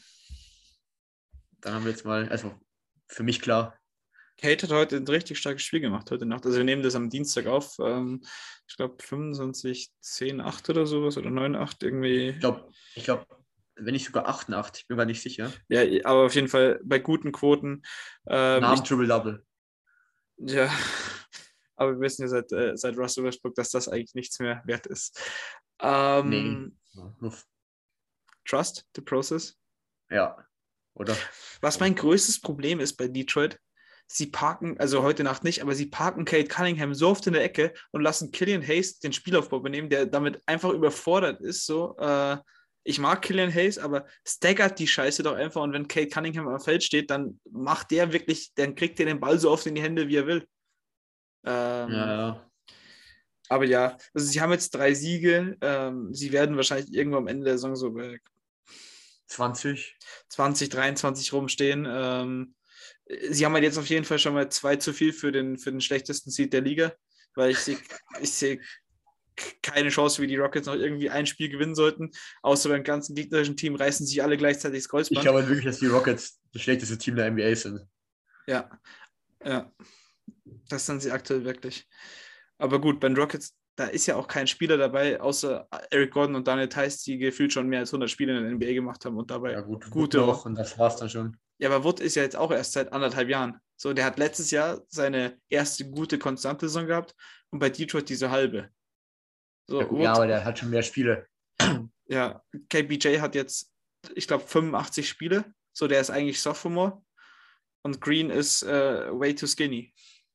C: dann haben wir jetzt mal, also für mich klar.
B: Kate hat heute ein richtig starkes Spiel gemacht heute Nacht. Also wir nehmen das am Dienstag auf. Ähm, ich glaube fünfundzwanzig, zehn, acht oder sowas oder neun, acht irgendwie.
C: Ich glaube, ich glaube, wenn nicht sogar acht und acht, ich bin mir nicht sicher.
B: Ja, aber auf jeden Fall bei guten Quoten. Ähm,
C: Nach
B: ich,
C: dem Triple-Double.
B: ja, aber wir wissen ja seit, äh, seit Russell Westbrook, dass das eigentlich nichts mehr wert ist.
C: Nee.
B: Ähm,
C: Nur-
B: Trust the process.
C: Ja, oder?
B: Was mein größtes Problem ist bei Detroit, sie parken, also heute Nacht nicht, aber sie parken Cade Cunningham so oft in der Ecke und lassen Killian Hayes den Spielaufbau übernehmen, der damit einfach überfordert ist. So, äh, ich mag Killian Hayes, aber staggert die Scheiße doch einfach und wenn Cade Cunningham am Feld steht, dann macht der wirklich, dann kriegt er den Ball so oft in die Hände, wie er will. Ähm,
C: Ja, ja.
B: aber ja, also sie haben jetzt drei Siege. Ähm, sie werden wahrscheinlich irgendwo am Ende der Saison so bei
C: zwanzig.
B: zwanzig, dreiundzwanzig rumstehen. Ähm, sie haben halt jetzt auf jeden Fall schon mal zwei zu viel für den, für den schlechtesten Seed der Liga, weil ich sehe ich seh keine Chance, wie die Rockets noch irgendwie ein Spiel gewinnen sollten, außer beim ganzen gegnerischen Team reißen sich alle gleichzeitig das
C: Ich
B: Kreuzband.
C: glaube halt wirklich, dass die Rockets das schlechteste Team der N B A sind.
B: Ja, ja, das sind sie aktuell wirklich. Aber gut, bei den Rockets, da ist ja auch kein Spieler dabei, außer Eric Gordon und Daniel Theis, die gefühlt schon mehr als hundert Spiele in der N B A gemacht haben und dabei
C: Ja, gut, Wood
B: gute.
C: noch und das war's dann schon.
B: Ja, aber Wood ist ja jetzt auch erst seit anderthalb Jahren. So, der hat letztes Jahr seine erste gute, konstante Saison gehabt und bei Detroit diese halbe. So,
C: Ja, gut,
B: wo-
C: ja, aber der hat schon mehr Spiele.
B: ja, K B J hat jetzt, ich glaube, fünfundachtzig Spiele. So, der ist eigentlich Sophomore. Und Green ist äh, way too skinny.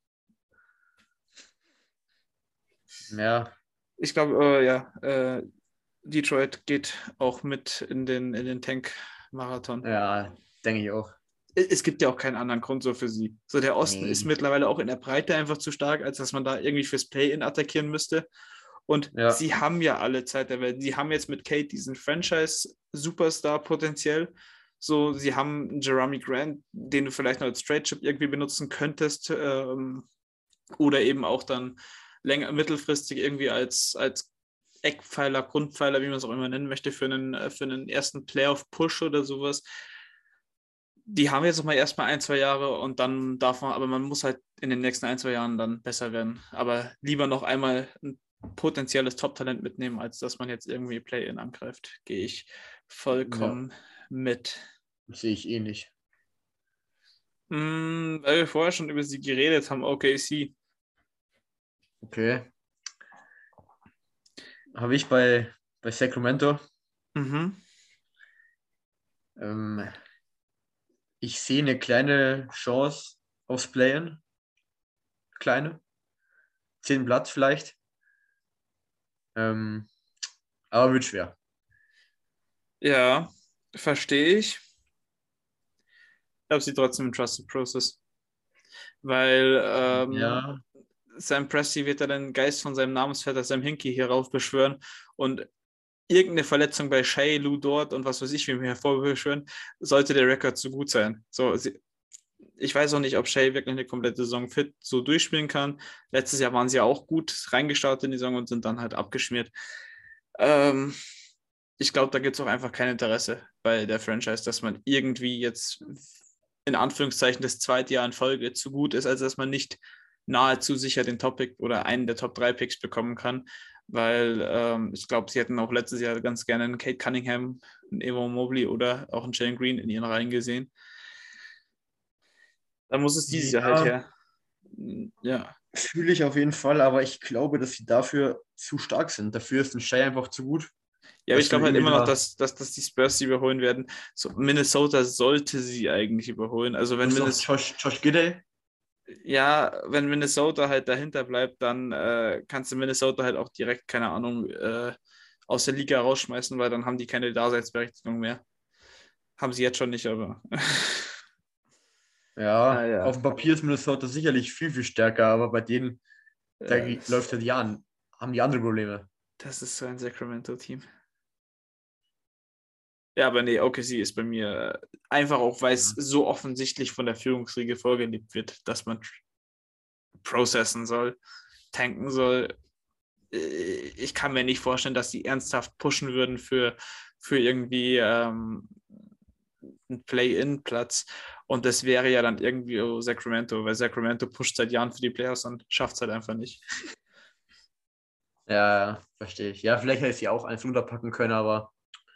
C: Ja,
B: Ich glaube, äh, ja, äh, Detroit geht auch mit in den, in den Tank-Marathon.
C: ja, denke ich auch.
B: Es gibt ja auch keinen anderen Grund so für sie. So, der Osten
C: Nee.
B: ist mittlerweile auch in der Breite einfach zu stark, als dass man da irgendwie fürs Play-In attackieren müsste. Und
C: Ja.
B: sie haben ja alle Zeit der Welt. Sie haben jetzt mit Kate diesen Franchise-Superstar potenziell. So, sie haben Jeremy Grant, den du vielleicht noch als Trade-Chip irgendwie benutzen könntest. Ähm, oder eben auch dann länger, mittelfristig irgendwie als, als Eckpfeiler, Grundpfeiler, wie man es auch immer nennen möchte, für einen, für einen ersten Playoff-Push oder sowas. Die haben jetzt noch mal erstmal ein, zwei Jahre und dann darf man, aber man muss halt in den nächsten ein, zwei Jahren dann besser werden. Aber lieber noch einmal ein potenzielles Top-Talent mitnehmen, als dass man jetzt irgendwie Play-In angreift. Gehe ich vollkommen ja. mit.
C: Sehe ich ähnlich.
B: Mm, weil wir vorher schon über sie geredet haben, O K C.
C: Okay. Habe ich bei, bei Sacramento.
B: Mhm.
C: Ähm, ich sehe eine kleine Chance aufs Play-In. Kleine. Zehn Platz vielleicht. Ähm, aber wird schwer.
B: Ja, verstehe ich. Ich glaube, sie trotzdem im Trusted Process. Weil ähm,
C: Ja.
B: Sam Presti wird ja den Geist von seinem Namensvetter Sam Hinkie hierauf beschwören und irgendeine Verletzung bei Shea, Lou Dort und was weiß ich, wie wir hervorbeschwören, sollte der Rekord so gut sein. So, sie, ich weiß auch nicht, ob Shea wirklich eine komplette Saison fit so durchspielen kann. Letztes Jahr waren sie ja auch gut reingestartet in die Saison und sind dann halt abgeschmiert. Ähm, ich glaube, da gibt es auch einfach kein Interesse bei der Franchise, dass man irgendwie jetzt in Anführungszeichen das zweite Jahr in Folge zu gut ist, als dass man nicht nahezu sicher den Top-Pick oder einen der Top drei Picks bekommen kann, weil ähm, ich glaube, sie hätten auch letztes Jahr ganz gerne einen Kate Cunningham, einen Evan Mobley oder auch einen Jalen Green in ihren Reihen gesehen. Da muss es dieses
C: Ja.
B: Jahr halt her. Ja.
C: Fühle ich auf jeden Fall, aber ich glaube, dass sie dafür zu stark sind. Dafür ist ein Shea einfach zu gut.
B: Ja, aber ich glaube halt immer noch,
C: da,
B: dass, dass, dass die Spurs sie überholen werden. So, Minnesota sollte sie eigentlich überholen. Also wenn Minnesota,
C: Josh, Josh Giddey.
B: Ja, wenn Minnesota halt dahinter bleibt, dann äh, kannst du Minnesota halt auch direkt, keine Ahnung, äh, aus der Liga rausschmeißen, weil dann haben die keine Daseinsberechtigung mehr. Haben sie jetzt schon nicht, aber.
C: Ja,
B: Ah, ja.
C: auf dem Papier ist Minnesota sicherlich viel, viel stärker, aber bei denen, da
B: Ja,
C: läuft seit Jahren, haben die andere Probleme.
B: Das ist so ein Sacramento-Team. Ja, aber nee, O K C ist bei mir einfach auch, weil es
C: Ja.
B: so offensichtlich von der Führungsriege vorgelebt wird, dass man processen soll, tanken soll. Ich kann mir nicht vorstellen, dass die ernsthaft pushen würden für, für irgendwie ähm, einen Play-In-Platz. Und das wäre ja dann irgendwie Sacramento, weil Sacramento pusht seit Jahren für die Playoffs und schafft es halt einfach nicht.
C: Ja, verstehe ich. Ja, vielleicht hätte ich sie auch eins runterpacken können, aber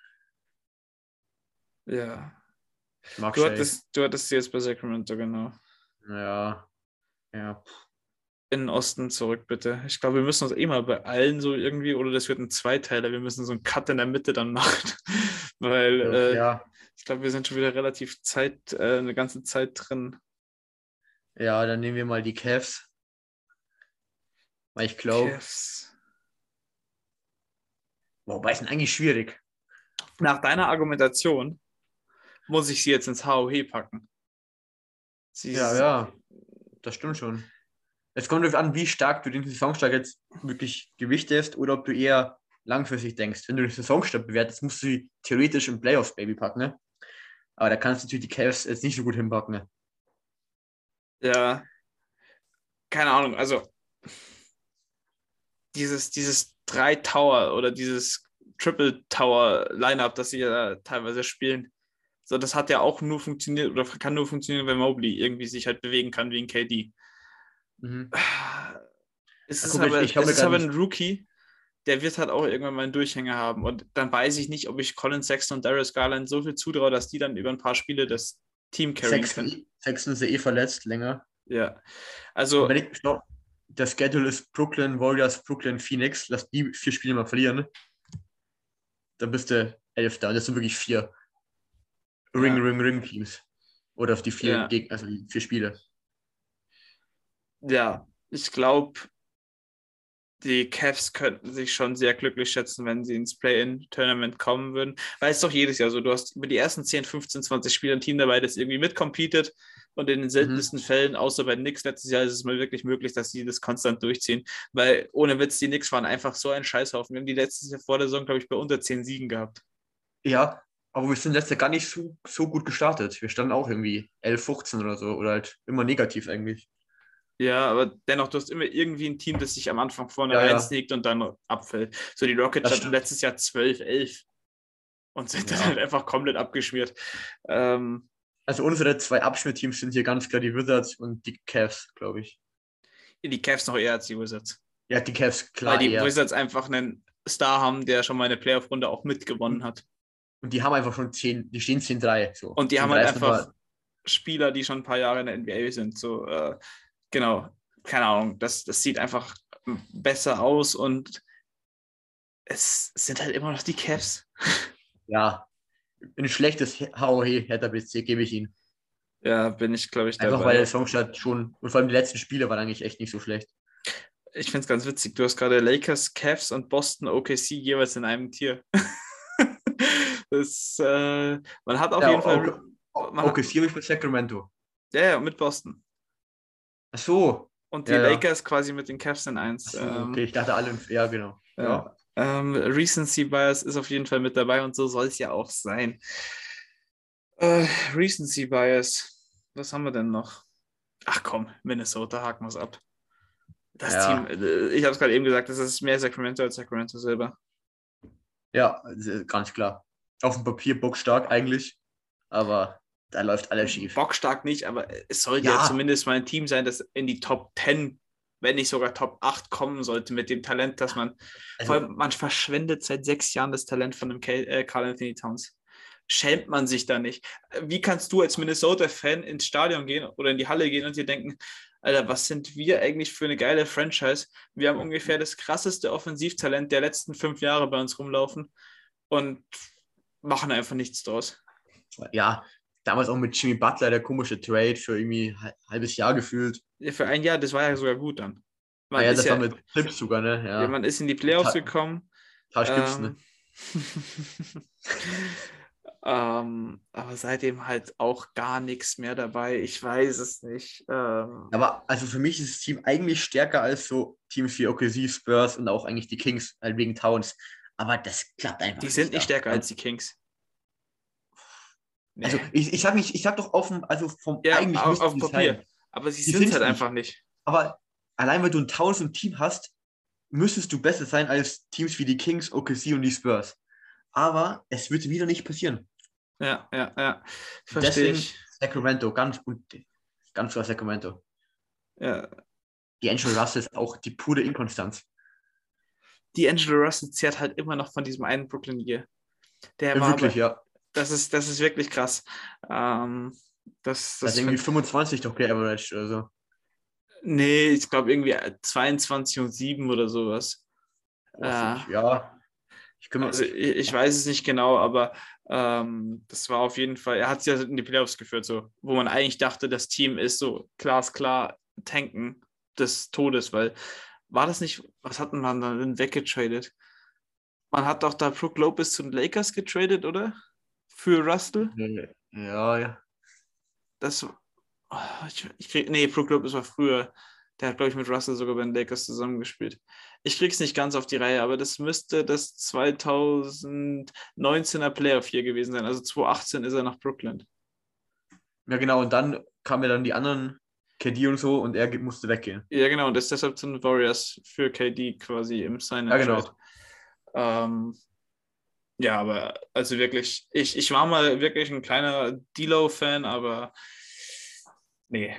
B: Ja.
C: ich mag
B: Du
C: Shea.
B: hattest, du hattest sie jetzt bei Sacramento, genau.
C: Ja, ja.
B: In den Osten zurück, bitte. Ich glaube, wir müssen uns eh mal bei allen so irgendwie, oder das wird ein Zweiteiler, wir müssen so einen Cut in der Mitte dann machen, weil äh,
C: Ja,
B: ich glaube, wir sind schon wieder relativ Zeit, äh, eine ganze Zeit drin.
C: ja, dann nehmen wir mal die Cavs. Weil ich glaube,
B: Cavs.
C: wobei ist denn eigentlich schwierig.
B: Nach deiner Argumentation muss ich sie jetzt ins H O H packen. Sie
C: Ja, ja, das stimmt schon. Es kommt darauf an, wie stark du den Saisonstart jetzt wirklich gewichtest oder ob du eher langfristig denkst. Wenn du den Saisonstart bewertest, musst du sie theoretisch im Playoffs Baby packen, ne? Aber da kannst du natürlich die Cavs jetzt nicht so gut hinpacken, ne?
B: Ja, keine Ahnung, also dieses, dieses drei Tower oder dieses Triple Tower Lineup, das sie ja teilweise spielen, so, das hat ja auch nur funktioniert oder kann nur funktionieren, wenn Mobley irgendwie sich halt bewegen kann wie ein K D.
C: Mhm.
B: Es
C: Ja,
B: ist
C: guck,
B: aber,
C: ich, ich
B: es ist aber
C: nicht...
B: ein Rookie, der wird halt auch irgendwann mal einen Durchhänger haben. Und dann weiß ich nicht, ob ich Colin Sexton und Darius Garland so viel zutraue, dass die dann über ein paar Spiele das Team carryen
C: Sexton,
B: können.
C: Sexton ist ja eh verletzt länger.
B: Ja,
C: Und
B: also
C: wenn ich schau, der Schedule ist Brooklyn Warriors, Brooklyn Phoenix. Lass die vier Spiele mal verlieren. Dann bist du Elfter. Und das sind wirklich vier Ring,
B: ja,
C: Ring, Ring Teams. Oder auf die vier
B: ja,
C: Gegner, also die vier Spiele.
B: ja, ich glaube, die Cavs könnten sich schon sehr glücklich schätzen, wenn sie ins Play-In-Tournament kommen würden. Weil es doch jedes Jahr so, du hast über die ersten zehn, fünfzehn, zwanzig Spiele ein Team dabei, das irgendwie mitcompetet und in den
C: Mhm.
B: seltensten Fällen, außer bei den Knicks letztes Jahr, ist es mal wirklich möglich, dass sie das konstant durchziehen. Weil ohne Witz, die Knicks waren einfach so ein Scheißhaufen. Wir haben die letztes Jahr vor der Saison, glaube ich, bei unter zehn Siegen gehabt.
C: Ja, aber wir sind letztes Jahr gar nicht so, so gut gestartet. Wir standen auch irgendwie elf, fünfzehn oder so. Oder halt immer negativ eigentlich.
B: Ja, aber dennoch, du hast immer irgendwie ein Team, das sich am Anfang vorne
C: Ja, ja,
B: reinsneakt und dann abfällt. So, die Rockets
C: das
B: hatten
C: stimmt.
B: letztes Jahr zwölf, elf und sind dann halt
C: Ja.
B: einfach komplett abgeschmiert. Ähm,
C: Also unsere zwei Abschnittteams sind hier ganz klar die Wizards und die Cavs, glaube ich.
B: die Cavs noch eher als die Wizards.
C: Ja, die Cavs
B: Weil
C: klar
B: die
C: eher.
B: Wizards einfach einen Star haben, der schon mal eine Playoff-Runde auch mitgewonnen
C: Und,
B: hat.
C: und die haben einfach schon zehn, die stehen zehn drei. So.
B: Und die haben
C: zehn
B: halt
C: drei ist
B: einfach
C: nochmal.
B: Spieler, die schon ein paar Jahre in der N B A sind. So, äh, genau, keine Ahnung. Das, das sieht einfach besser aus und es sind halt immer noch die Cavs.
C: Ja, ein schlechtes H O H Hertha B C gebe ich ihnen.
B: Ja, bin ich, glaube ich,
C: Einfach weil
B: dabei.
C: der Songstart schon, und vor allem die letzten Spiele waren eigentlich echt nicht so schlecht.
B: Ich finde es ganz witzig. Du hast gerade Lakers, Cavs und Boston O K C jeweils in einem Tier. das, äh, man hat auf
C: Ja,
B: jeden Fall. Man hat,
C: O K C habe ich mit Sacramento.
B: ja, ja, mit Boston.
C: Ach so.
B: Und die
C: Ja, ja.
B: Lakers quasi mit den Cavs in
C: Ach
B: eins.
C: so, okay,
B: Ähm,
C: ich dachte alle, ja, genau.
B: ja.
C: Ja.
B: ähm, Recency Bias ist auf jeden Fall mit dabei und so soll es ja auch sein. Äh, Recency Bias. Was haben wir denn noch? Ach komm, Minnesota, haken wir es ab. Das Team,
C: Ja,
B: äh, ich habe es gerade eben gesagt, das ist mehr Sacramento als Sacramento selber.
C: ja, ganz klar. Auf dem Papier bockstark eigentlich, aber da läuft alles schief.
B: Bockstark nicht, aber es sollte ja
C: Ja,
B: zumindest mal ein Team sein, das in die Top zehn, wenn nicht sogar Top acht kommen sollte mit dem Talent, dass man, vor
C: also
B: allem man verschwendet seit sechs Jahren das Talent von dem Karl Anthony Towns. Schämt man sich da nicht? Wie kannst du als Minnesota-Fan ins Stadion gehen oder in die Halle gehen und dir denken, Alter, was sind wir eigentlich für eine geile Franchise? Wir haben ungefähr das krasseste Offensivtalent der letzten fünf Jahre bei uns rumlaufen und machen einfach nichts draus.
C: ja, damals auch mit Jimmy Butler, der komische Trade für irgendwie ein halbes Jahr gefühlt.
B: Ja, für ein Jahr, das war ja sogar gut dann.
C: Ah
B: Man
C: ja,
B: ist
C: das war
B: ja,
C: mit Clips sogar, ne?
B: ja,
C: Ja.
B: man ist in die Playoffs
C: Ta
B: gekommen.
C: Taj Gibson,
B: Ähm, ähm, aber seitdem halt auch gar nichts mehr dabei. Ich weiß es nicht. Ähm,
C: Aber also für mich ist das Team eigentlich stärker als so Teams wie O K C, Spurs und auch eigentlich die Kings, halt wegen Towns. Aber das klappt einfach
B: die
C: nicht
B: sind nicht
C: da.
B: stärker als die Kings.
C: Also
B: Nee.
C: ich, ich sag nicht, ich sag doch offen, also vom
B: Ja,
C: eigentlich
B: auf,
C: müssten
B: auf
C: sie es
B: Papier.
C: sein.
B: Aber sie
C: Die
B: sind
C: sind
B: es
C: es
B: halt
C: nicht.
B: einfach nicht.
C: Aber allein weil du ein Towns im Team hast, müsstest du besser sein als Teams wie die Kings, O K C und die Spurs. Aber es wird wieder nicht passieren.
B: Ja, ja, ja. Verstehe
C: Deswegen
B: ich.
C: Sacramento, ganz, ganz klar Sacramento.
B: Ja.
C: Die Angel Russell ist auch die pure Inkonstanz.
B: Die Angelo Russell zehrt halt immer noch von diesem einen Brooklyn Year. Der
C: Ja,
B: war
C: wirklich,
B: aber,
C: ja.
B: das ist, das ist wirklich krass. Ähm, das,
C: Das
B: das
C: ist irgendwie
B: find,
C: fünfundzwanzig doch geaveraged oder so.
B: nee, ich glaube irgendwie zweiundzwanzig und sieben oder sowas.
C: Was
B: Äh,
C: ich, ja, ich
B: also
C: kümmere.
B: ich, ich weiß es nicht genau, aber ähm, das war auf jeden Fall, er hat es ja in die Playoffs geführt, so, wo man eigentlich dachte, das Team ist so glasklar tanken des Todes, weil war das nicht, was hat man dann weggetradet? Man hat doch da Brook Lopez zu den Lakers getradet, oder? Für Russell?
C: Ja, ja.
B: Das, oh, ich, ich krieg, nee, Brook Lopez war früher. Der hat, glaube ich, mit Russell sogar bei den Lakers zusammengespielt. Ich krieg's nicht ganz auf die Reihe, aber das müsste das zwanzig neunzehner Playoff hier gewesen sein. Also zwanzig achtzehn ist er nach Brooklyn.
C: Ja, genau. Und dann kamen ja dann die anderen, K D und so, und er ge- musste weggehen.
B: Ja, genau. Und das ist deshalb zu den Warriors für K D quasi im
C: Ja,
B: Sign-and-Trade.
C: genau.
B: Ähm, ja, aber also wirklich, ich, ich war mal wirklich ein kleiner D-Lo-Fan, aber nee.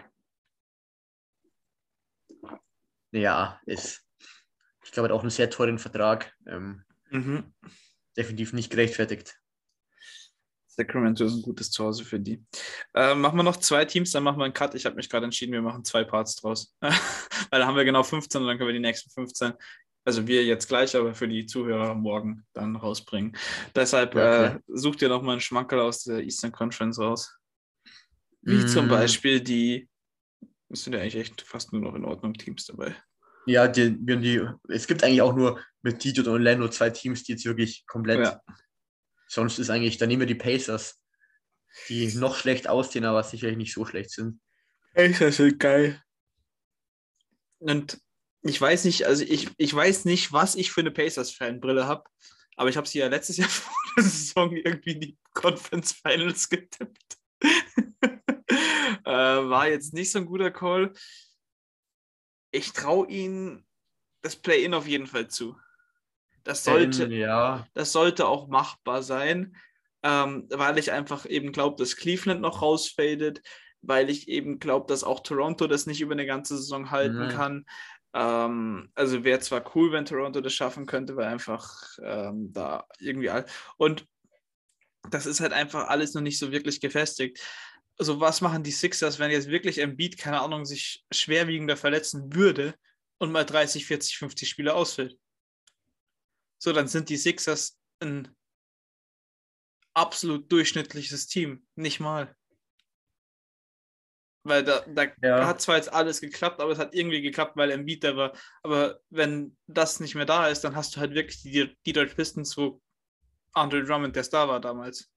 C: Ja, ist, ich glaube, er hat auch einen sehr teuren Vertrag. Ähm,
B: Mhm.
C: definitiv nicht gerechtfertigt.
B: Sacramento ist ein gutes Zuhause für die. Äh, machen wir noch zwei Teams, dann machen wir einen Cut. Ich habe mich gerade entschieden, wir machen zwei Parts draus. Weil da haben wir genau fünfzehn und dann können wir die nächsten fünfzehn, also wir jetzt gleich, aber für die Zuhörer morgen dann rausbringen. Deshalb
C: Ja,
B: äh, such dir noch mal einen Schmankerl aus der Eastern Conference raus. Wie zum
C: Mm,
B: Beispiel die, es sind ja eigentlich echt fast nur noch in Ordnung Teams dabei.
C: ja, die, wir haben die, es gibt eigentlich auch nur mit Detroit und Orlando zwei Teams, die jetzt wirklich komplett,
B: Ja.
C: sonst ist eigentlich, dann nehmen wir die Pacers, die noch schlecht aussehen, aber sicherlich nicht so schlecht sind.
B: Pacers sind geil. Und ich weiß nicht, also ich, ich weiß nicht, was ich für eine Pacers-Fanbrille habe, aber ich habe sie ja letztes Jahr vor der Saison irgendwie in die Conference Finals getippt. äh, war jetzt nicht so ein guter Call. Ich traue ihnen das Play-In auf jeden Fall zu. Das sollte,
C: Ähm, ja,
B: das sollte auch machbar sein, ähm, weil ich einfach eben glaube, dass Cleveland noch rausfadet, weil ich eben glaube, dass auch Toronto das nicht über eine ganze Saison halten
C: ne,
B: kann. Ähm, also wäre zwar cool, wenn Toronto das schaffen könnte, weil einfach ähm, da irgendwie all und das ist halt einfach alles noch nicht so wirklich gefestigt. Also was machen die Sixers, wenn jetzt wirklich Embiid, keine Ahnung, sich schwerwiegender verletzen würde und mal dreißig, vierzig, fünfzig Spiele ausfällt? So, dann sind die Sixers ein absolut durchschnittliches Team. Nicht mal. Weil da, da
C: ja,
B: hat zwar jetzt alles geklappt, aber es hat irgendwie geklappt, weil Embiid da war. Aber wenn das nicht mehr da ist, dann hast du halt wirklich die Detroit Pistons, wo Andre Drummond der Star war damals.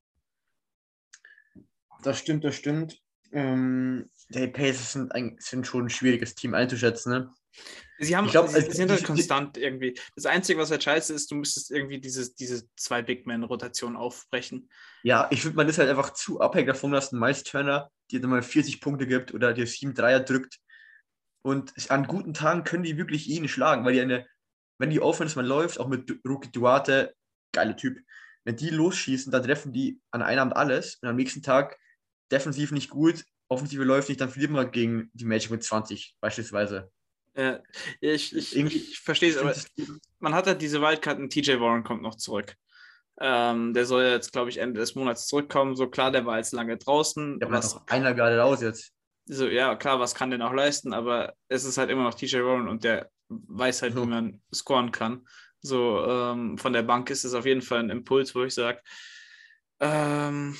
C: das stimmt, das stimmt. Ähm, die Pacers sind, ein, sind schon ein schwieriges Team einzuschätzen, ne?
B: Sie, haben,
C: Ich glaube,
B: sie
C: also,
B: sind
C: die,
B: halt
C: die,
B: konstant irgendwie. Das Einzige, was halt scheiße ist, du müsstest irgendwie dieses, diese zwei Big Man-Rotation aufbrechen.
C: ja, ich finde, man ist halt einfach zu abhängig davon, dass ein Miles Turner dir dann mal vierzig Punkte gibt oder dir sieben Dreier drückt. Und an guten Tagen können die wirklich ihn schlagen, weil die eine, wenn die Offense mal läuft, auch mit Rookie Duarte, geiler Typ, wenn die losschießen, dann treffen die an einem Abend alles und am nächsten Tag defensiv nicht gut, offensive läuft nicht, dann verlieren wir gegen die Magic mit zwanzig beispielsweise.
B: Äh, ich ich,
C: Irgendwie,
B: ich verstehe es,
C: ich finde
B: aber
C: das,
B: man hat halt diese Wildcard, T J Warren kommt noch zurück. Ähm, der soll jetzt, glaube ich, Ende des Monats zurückkommen. So klar, der war jetzt lange draußen.
C: der bleibt
B: Was,
C: noch einer gerade raus jetzt.
B: so, ja, klar, was kann der noch leisten? Aber es ist halt immer noch T J Warren und der weiß halt, wie
C: So.
B: man scoren kann. So, ähm, von der Bank ist es auf jeden Fall ein Impuls, wo ich sage, ähm,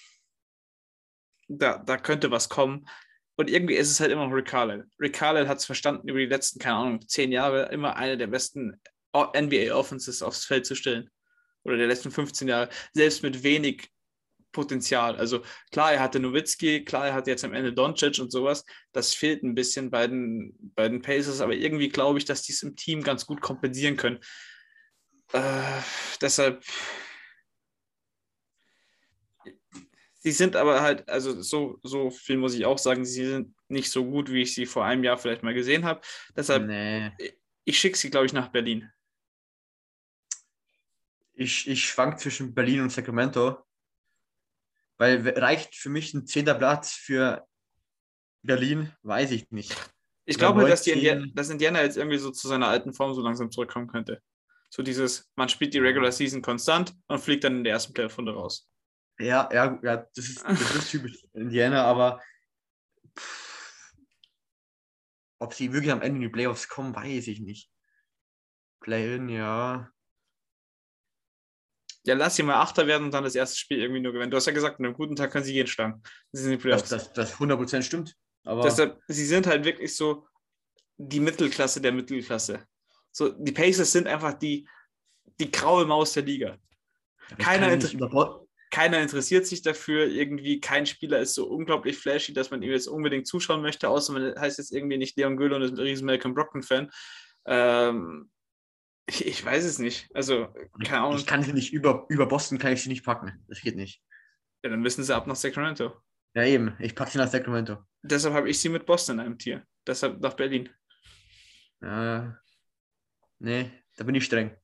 B: da, da könnte was kommen. Und irgendwie ist es halt immer noch Rick Carlisle. Rick Carlisle hat es verstanden, über die letzten, keine Ahnung, zehn Jahre immer eine der besten N B A-Offenses aufs Feld zu stellen. Oder der letzten fünfzehn Jahre, selbst mit wenig Potenzial. Also klar, er hatte Nowitzki, klar, er hatte jetzt am Ende Doncic und sowas. Das fehlt ein bisschen bei den, bei den Pacers, aber irgendwie glaube ich, dass die es im Team ganz gut kompensieren können. Äh, deshalb, sie sind aber halt, also so, so viel muss ich auch sagen, sie sind nicht so gut, wie ich sie vor einem Jahr vielleicht mal gesehen habe. Deshalb,
C: Nee.
B: ich schicke sie, glaube ich, nach Berlin.
C: Ich, ich schwank zwischen Berlin und Sacramento, weil reicht für mich ein zehnter Platz für Berlin, weiß ich nicht.
B: Ich
C: Oder
B: glaube halt, dass, die Indi
C: neunzehn.
B: dass Indiana jetzt irgendwie so zu seiner alten Form so langsam zurückkommen könnte. So dieses, man spielt die Regular Season konstant und fliegt dann in der ersten Playoff-Runde raus.
C: Ja, ja, ja, das ist, das ist typisch Indiana, aber pff, ob sie wirklich am Ende in die Playoffs kommen, weiß ich nicht. Play-in, ja.
B: Ja, lass sie mal Achter werden und dann das erste Spiel irgendwie nur gewinnen. Du hast ja gesagt, an einem guten Tag können sie jeden schlagen. Sie sind in den
C: Das,
B: Playoffs.
C: das, das hundert Prozent stimmt. Aber
B: Deshalb, sie sind halt wirklich so die Mittelklasse der Mittelklasse. So, die Pacers sind einfach die, die graue Maus der Liga.
C: ich
B: Keiner,
C: kann nicht
B: inter
C: über
B: keiner interessiert sich dafür. Irgendwie kein Spieler ist so unglaublich flashy, dass man ihm jetzt unbedingt zuschauen möchte, außer man heißt jetzt irgendwie nicht Leon Göhl und ist ein riesen Malcolm Brogdon-Fan. Ähm, ich, ich weiß es nicht. Also, keine Ahnung.
C: Ich kann sie nicht über, über Boston kann ich sie nicht packen. Das geht nicht.
B: Ja, dann müssen sie ab nach Sacramento.
C: Ja, eben. Ich packe sie nach Sacramento.
B: Deshalb habe ich sie mit Boston in einem Tier. Deshalb nach Berlin.
C: Ja, nee, da bin ich streng.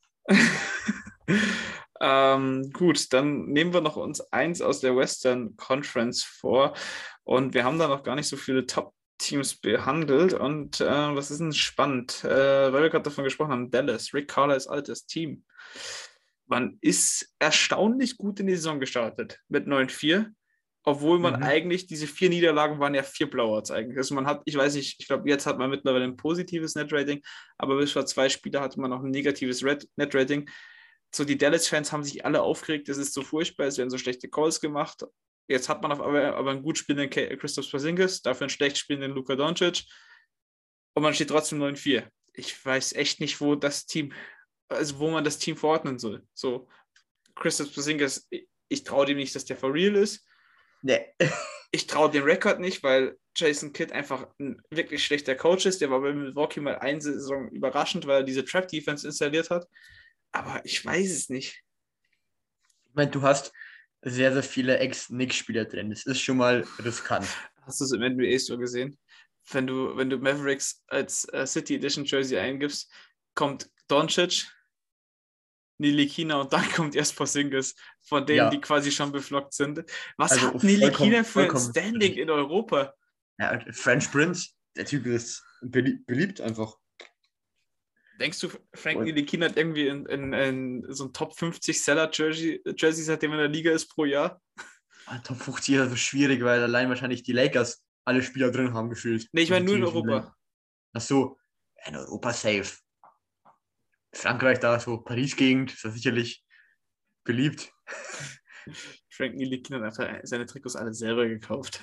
B: ähm, gut, dann nehmen wir noch uns eins aus der Western Conference vor. Und wir haben da noch gar nicht so viele Top-Teams behandelt. Und äh, was ist denn spannend? Äh, weil wir gerade davon gesprochen haben, Dallas, Rick Carlisle's altes Team. man ist erstaunlich gut in die Saison gestartet mit neun vier, obwohl man
C: Mhm.
B: eigentlich, diese vier Niederlagen waren ja vier Blowouts eigentlich. Also man hat, ich weiß nicht, ich glaube, jetzt hat man mittlerweile ein positives Netrating, aber bis vor zwei Spiele hatte man noch ein negatives Red- Netrating. So, die Dallas-Fans haben sich alle aufgeregt, es ist so furchtbar, es werden so schlechte Calls gemacht. Jetzt hat man auf aber, aber einen gut spielenden Christoph Porzingis, dafür einen schlecht spielenden Luka Doncic und man steht trotzdem neun vier. Ich weiß echt nicht, wo das Team, also wo man das Team verordnen soll. So, Christoph Porzingis, ich, ich traue dem nicht, dass der for real ist.
C: Nee.
B: Ich traue dem Rekord nicht, weil Jason Kidd einfach ein wirklich schlechter Coach ist. Der war bei Milwaukee mal eine Saison überraschend, weil er diese Trap-Defense installiert hat. Aber ich weiß es nicht.
C: Ich meine, du hast sehr, sehr viele Ex-Knicks-Spieler drin. Das ist schon mal riskant.
B: Hast du es im N B A-Store gesehen? Wenn du, wenn du Mavericks als äh, City Edition Jersey eingibst, kommt Doncic, Ntilikina und dann kommt erst Porzingis, von denen, die
C: Ja,
B: quasi schon beflockt sind. Was
C: also
B: hat
C: vollkommen,
B: Ntilikina für ein
C: vollkommen.
B: Standing in Europa?
C: Ja, French Prince, der Typ ist belie- beliebt einfach.
B: Denkst du, Frank
C: Und-
B: Ntilikina hat irgendwie in, in, in so ein Top fünfzig Seller Jersey, Jersey, seitdem er in der Liga ist, pro Jahr?
C: Ah, Top fünfzig ist also schwierig, weil allein wahrscheinlich die Lakers alle Spieler drin haben gefühlt.
B: Nee, ich meine nur in
C: Also ziemlich
B: Europa.
C: viele. Ach so, in Europa safe. Frankreich da, so Paris-Gegend, ist ja sicherlich beliebt.
B: Frank Ntilikina hat einfach seine Trikots alle selber gekauft.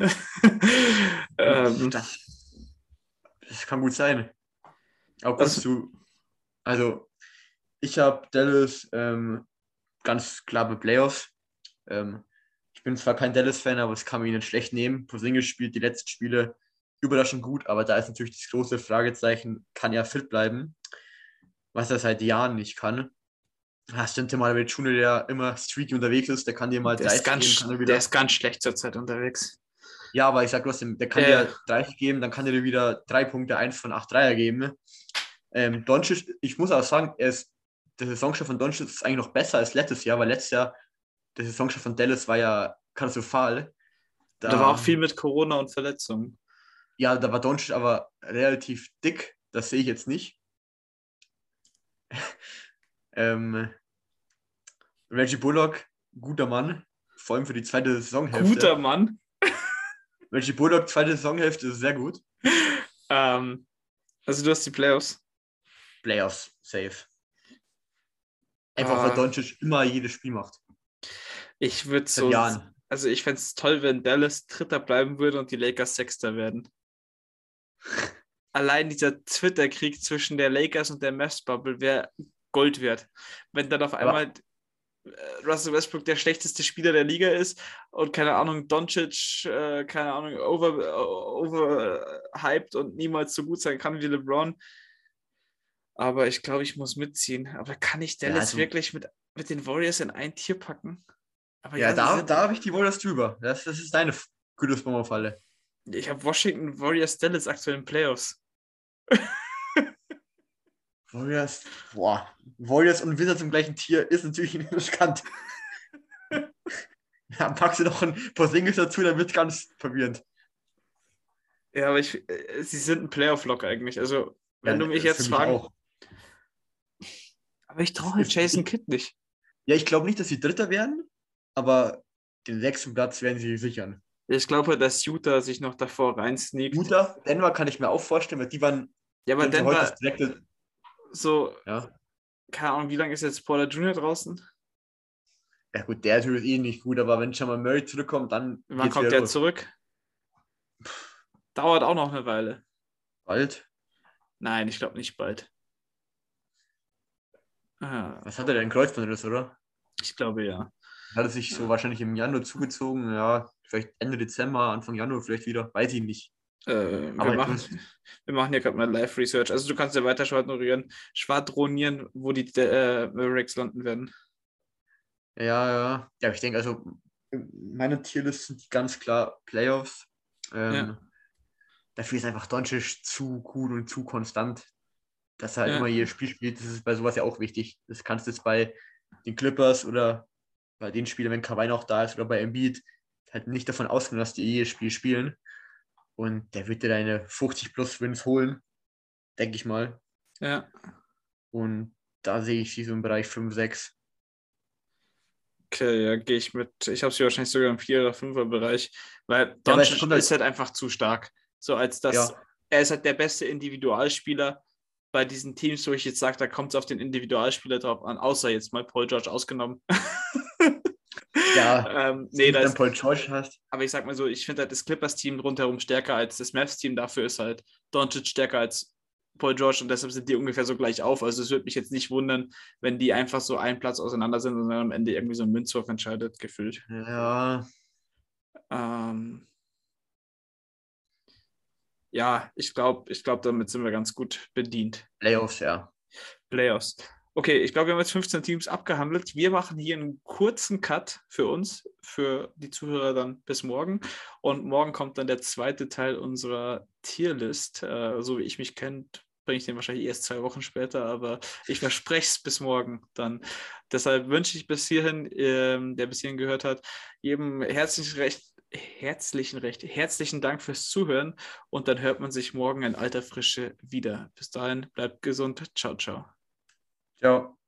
B: ähm,
C: Das, das kann gut sein. Aber kurz
B: also,
C: zu, also ich habe Dallas ähm, ganz klar bei Playoffs. Ähm, ich bin zwar kein Dallas-Fan, aber es kann man ihnen schlecht nehmen. Porzingis spielt die letzten Spiele überraschend gut, aber da ist natürlich das große Fragezeichen, kann er fit bleiben? Was er seit Jahren nicht kann. Hast du Tim Junior, der immer streaky unterwegs ist, der kann dir mal
B: der ist,
C: dreißig geben, kann
B: ganz,
C: er
B: der
C: wieder.
B: ist ganz schlecht zurzeit unterwegs.
C: Ja, aber ich sag trotzdem, der kann
B: Äh,
C: dir dreißig geben, dann kann er dir wieder drei Punkte, eins von acht Dreier geben. Ähm, Doncic, ich muss auch sagen, er ist, der Saisonstart von Doncic ist eigentlich noch besser als letztes Jahr, weil letztes Jahr der Saisonstart von Dallas war ja katastrophal.
B: da war auch
C: Da,
B: viel mit Corona und Verletzungen.
C: ja, da war Doncic aber relativ dick, das sehe ich jetzt nicht. ähm, Reggie Bullock, guter Mann, vor allem für die zweite Saisonhälfte.
B: Guter Mann.
C: Reggie Bullock, zweite Saisonhälfte ist sehr gut.
B: Ähm, also du hast die Playoffs.
C: Playoffs, safe. Einfach weil
B: Ah,
C: Doncic immer jedes Spiel macht.
B: ich würde
C: Seit
B: so,
C: Jahren.
B: also ich fände es toll, wenn Dallas Dritter bleiben würde und die Lakers Sechster werden. Allein dieser Twitter-Krieg zwischen der Lakers und der Mavs-Bubble wäre Gold wert. Wenn dann auf einmal äh, Russell Westbrook der schlechteste Spieler der Liga ist und keine Ahnung, Doncic, äh, keine Ahnung, over, overhyped und niemals so gut sein kann wie LeBron. Aber ich glaube, ich muss mitziehen. Aber kann ich
C: Ja,
B: Dallas
C: also,
B: wirklich mit, mit den Warriors in ein Tier packen? Aber
C: ja,
B: ja, sie
C: da,
B: sind.
C: da habe ich die Warriors drüber. Das, das ist deine Gütersbomber-Falle.
B: Ich habe Washington Warriors Dallas aktuell in Playoffs.
C: Warriors, boah. Warriors und Wizards im gleichen Tier ist natürlich riskant. Ja, packst du noch ein Porzingis dazu, dann wird es ganz verwirrend.
B: Ja, aber ich, äh, sie sind ein Playoff-Lock eigentlich. Also,
C: Ja,
B: wenn du mich
C: für
B: jetzt
C: mich
B: fragen.
C: auch.
B: Aber ich traue
C: Es
B: halt
C: ist-
B: Jason
C: ich-
B: Kidd nicht.
C: Ja, ich glaube nicht, dass sie Dritter werden, aber den sechsten Platz werden sie sichern.
B: Ich glaube, dass Utah sich noch davor reinsneakt.
C: Utah, Denver kann ich mir auch vorstellen, weil die waren
B: Ja, aber
C: die haben heute
B: Denver,
C: das direkte.
B: so,
C: Ja.
B: keine Ahnung, wie lange ist jetzt Porter Junior draußen?
C: Ja gut, der Typ ist eh nicht gut, aber wenn Jamal Murray zurückkommt, dann
B: Wann
C: geht's
B: kommt
C: wieder
B: der
C: los.
B: zurück? Dauert auch noch eine Weile.
C: Bald.
B: Nein, ich glaube nicht bald. Ah,
C: Was hat er denn? Kreuzbandriss, oder?
B: ich glaube ja.
C: Hat er sich so wahrscheinlich im Januar zugezogen, ja, vielleicht Ende Dezember, Anfang Januar vielleicht wieder, weiß ich nicht.
B: Äh, wir,
C: Aber
B: machen,
C: das-
B: wir machen hier gerade mal Live-Research. Also du kannst ja weiter schwadronieren, schwadronieren, wo die äh, Mavericks landen werden.
C: Ja, ja. Ja, ich denke, also meine Tierlist sind die ganz klar Playoffs. Ähm,
B: Ja.
C: Dafür ist einfach Doncic zu gut und zu konstant, dass er halt
B: Ja.
C: immer jedes Spiel spielt. Das ist bei sowas ja auch wichtig. Das kannst du jetzt bei den Clippers oder bei den Spielern, wenn Kawhi noch da ist oder bei Embiid, halt nicht davon ausgehen, dass die jedes Spiel spielen. Und der wird dir deine fünfzig plus Wins holen, denke ich mal.
B: Ja.
C: Und da sehe ich sie so im Bereich fünf, sechs.
B: Okay, ja, gehe ich mit. Ich habe sie wahrscheinlich sogar im Vier- oder Fünfer-Bereich, weil
C: Ja, aber es
B: Doncic
C: kommt halt-
B: ist halt einfach zu stark. So als das,
C: Ja.
B: er ist halt der beste Individualspieler bei diesen Teams, wo ich jetzt sage, da kommt es auf den Individualspieler drauf an, außer jetzt mal Paul George ausgenommen.
C: Ja,
B: ähm,
C: wenn
B: nee,
C: du
B: da
C: dann
B: ist,
C: Paul George hast.
B: aber ich sag mal so, ich finde halt das Clippers-Team rundherum stärker als das Mavs-Team. Dafür ist halt Doncic stärker als Paul George und deshalb sind die ungefähr so gleich auf. Also es würde mich jetzt nicht wundern, wenn die einfach so einen Platz auseinander sind und dann am Ende irgendwie so ein Münzwurf entscheidet, gefühlt.
C: Ja,
B: Ähm, ja, ich glaube, ich glaub, damit sind wir ganz gut bedient.
C: Playoffs, ja.
B: Playoffs. Okay, ich glaube, wir haben jetzt fünfzehn Teams abgehandelt. Wir machen hier einen kurzen Cut für uns, für die Zuhörer dann bis morgen. Und morgen kommt dann der zweite Teil unserer Tierlist. Äh, so wie ich mich kenne, bringe ich den wahrscheinlich erst zwei Wochen später, aber ich verspreche es bis morgen dann. Deshalb wünsche ich bis hierhin, ähm, der bis hierhin gehört hat, jedem herzlichen Recht, herzlichen Recht, herzlichen Dank fürs Zuhören und dann hört man sich morgen in alter Frische wieder. Bis dahin, bleibt gesund. Ciao, ciao.
C: Ciao.